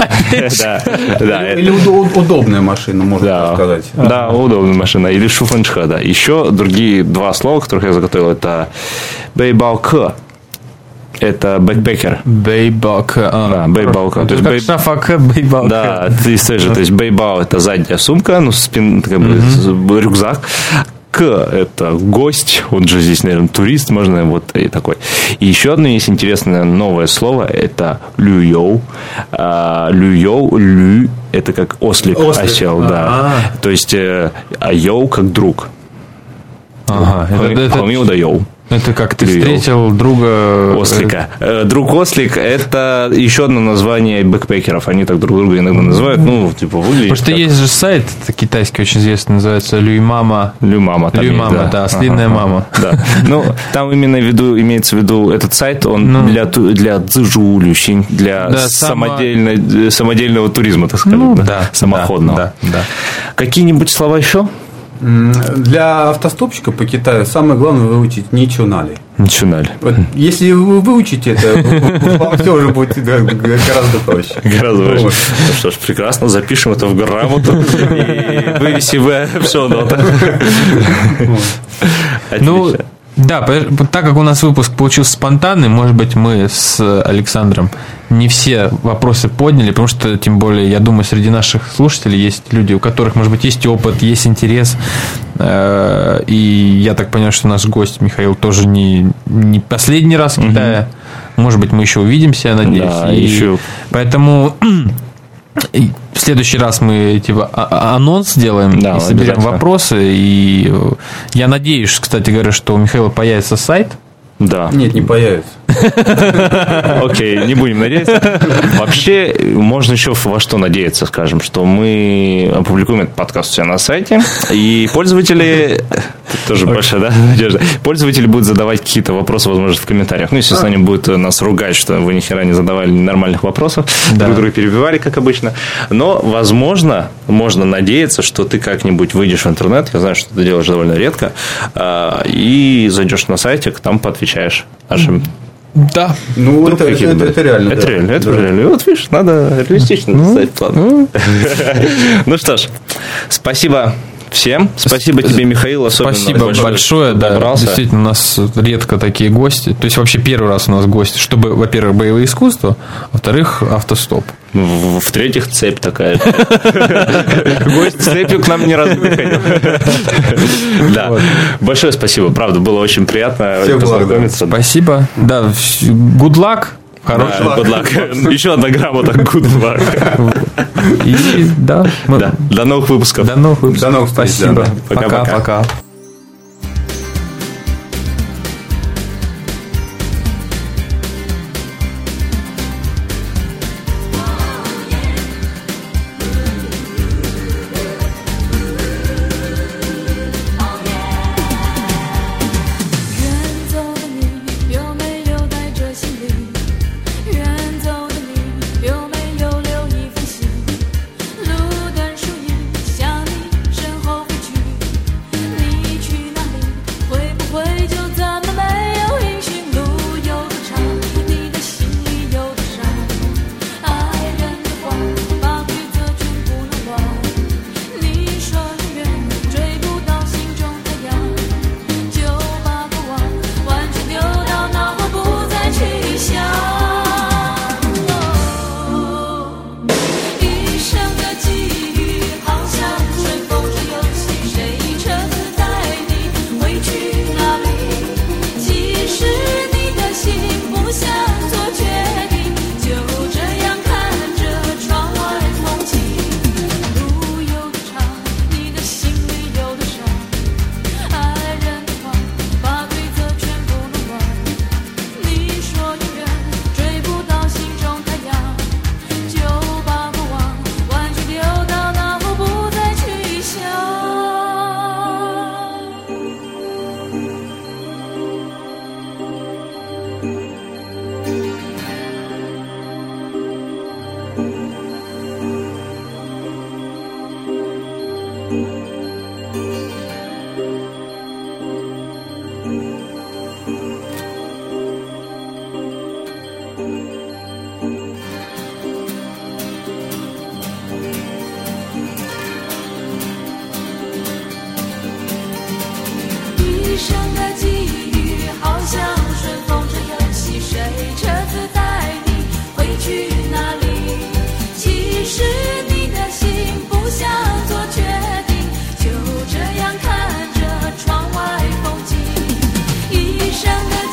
Или удобная машина, можно сказать. Да, удобная машина. Или шуфэншэ, да. Еще другие два слова, которых я заготовил, это бэйбаокэ. Это бэкпекер. Бэйбаокэ. Да, бэйбаокэ. То есть как шафакэ, бэйбаокэ. Да, ты же, то есть бэйбао – это задняя сумка, ну, спин, как бы рюкзак. К – это гость, он же здесь, наверное, турист, можно вот и такой. И еще одно есть интересное новое слово – это люйоу. А, люйоу, лю – это как ослик, ослик. осел, да. А-а-а. То есть, а йоу как друг. Ага, это, Хомиу да йоу. Это как ты встретил друга... Ослика. Друг-ослик – это еще одно название бэкпекеров. Они так друг друга иногда называют. Ну, типа, выглядит. Потому что как... есть же сайт китайский очень известный, называется Люймама. Люймама. Люймама, да, да, ослиная ага, мама. Да. Ну, там именно в виду, имеется в виду этот сайт, он ну, для, для цзжулющин, для да, самодельно, самодельного туризма, так сказать, ну, да, да, самоходного. Да, да, да. Какие-нибудь слова еще? Для автостопщика по Китаю самое главное выучить не чунали. Не чунали. Вот, если вы выучите это, вам все уже будет гораздо проще. Гораздо проще. Ну что ж, прекрасно, запишем это в грамоту и вывесим в шоу-нотах. Ну, да, так как у нас выпуск получился спонтанный, может быть, мы с Александром не все вопросы подняли, потому что, тем более, я думаю, среди наших слушателей есть люди, у которых, может быть, есть опыт, есть интерес. И я так понимаю, что наш гость Михаил тоже не, не последний раз в Китае. Угу. Может быть, мы еще увидимся, я надеюсь. Да, и еще. Поэтому... И в следующий раз мы типа анонс сделаем, да, и соберем вопросы. И я надеюсь, кстати говоря, что у Михаила появится сайт. Да. Нет, не появится. Окей, не будем надеяться. Вообще, можно еще во что надеяться, скажем, что мы опубликуем этот подкаст у себя на сайте, и пользователи... Тоже большая, да, надежда. Пользователи будут задавать какие-то вопросы, возможно, в комментариях. Ну, естественно, они будут нас ругать, что вы ни хера не задавали нормальных вопросов, друг друга перебивали, как обычно. Но, возможно, можно надеяться, что ты как-нибудь выйдешь в интернет, я знаю, что ты делаешь довольно редко, и зайдешь на сайтик, там поотвечаешь нашим... Да. Ну, это, это, это, это реально. Это да. реально, это да. реально. Вот видишь, надо реалистично ну, ставить план. Ну. ну что ж, спасибо всем. Спасибо тебе, Михаил, особенно. Спасибо большое, большое да. Добрался. Действительно, у нас редко такие гости. То есть, вообще, первый раз у нас гости, чтобы, во-первых, боевое искусство, а во-вторых, автостоп. В-третьих, цепь такая. Гость цепью к нам ни разу не ходил. Да. Большое спасибо. Правда, было очень приятно познакомиться. Спасибо. Да, good luck. Хороший да, good luck. Еще одна грамота good luck. И да, мы... да. До новых выпусков. До новых выпусков. До новых встреч. Спасибо. Пока-пока. Пока. 路短树荫，向你身后飞去。你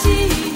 России.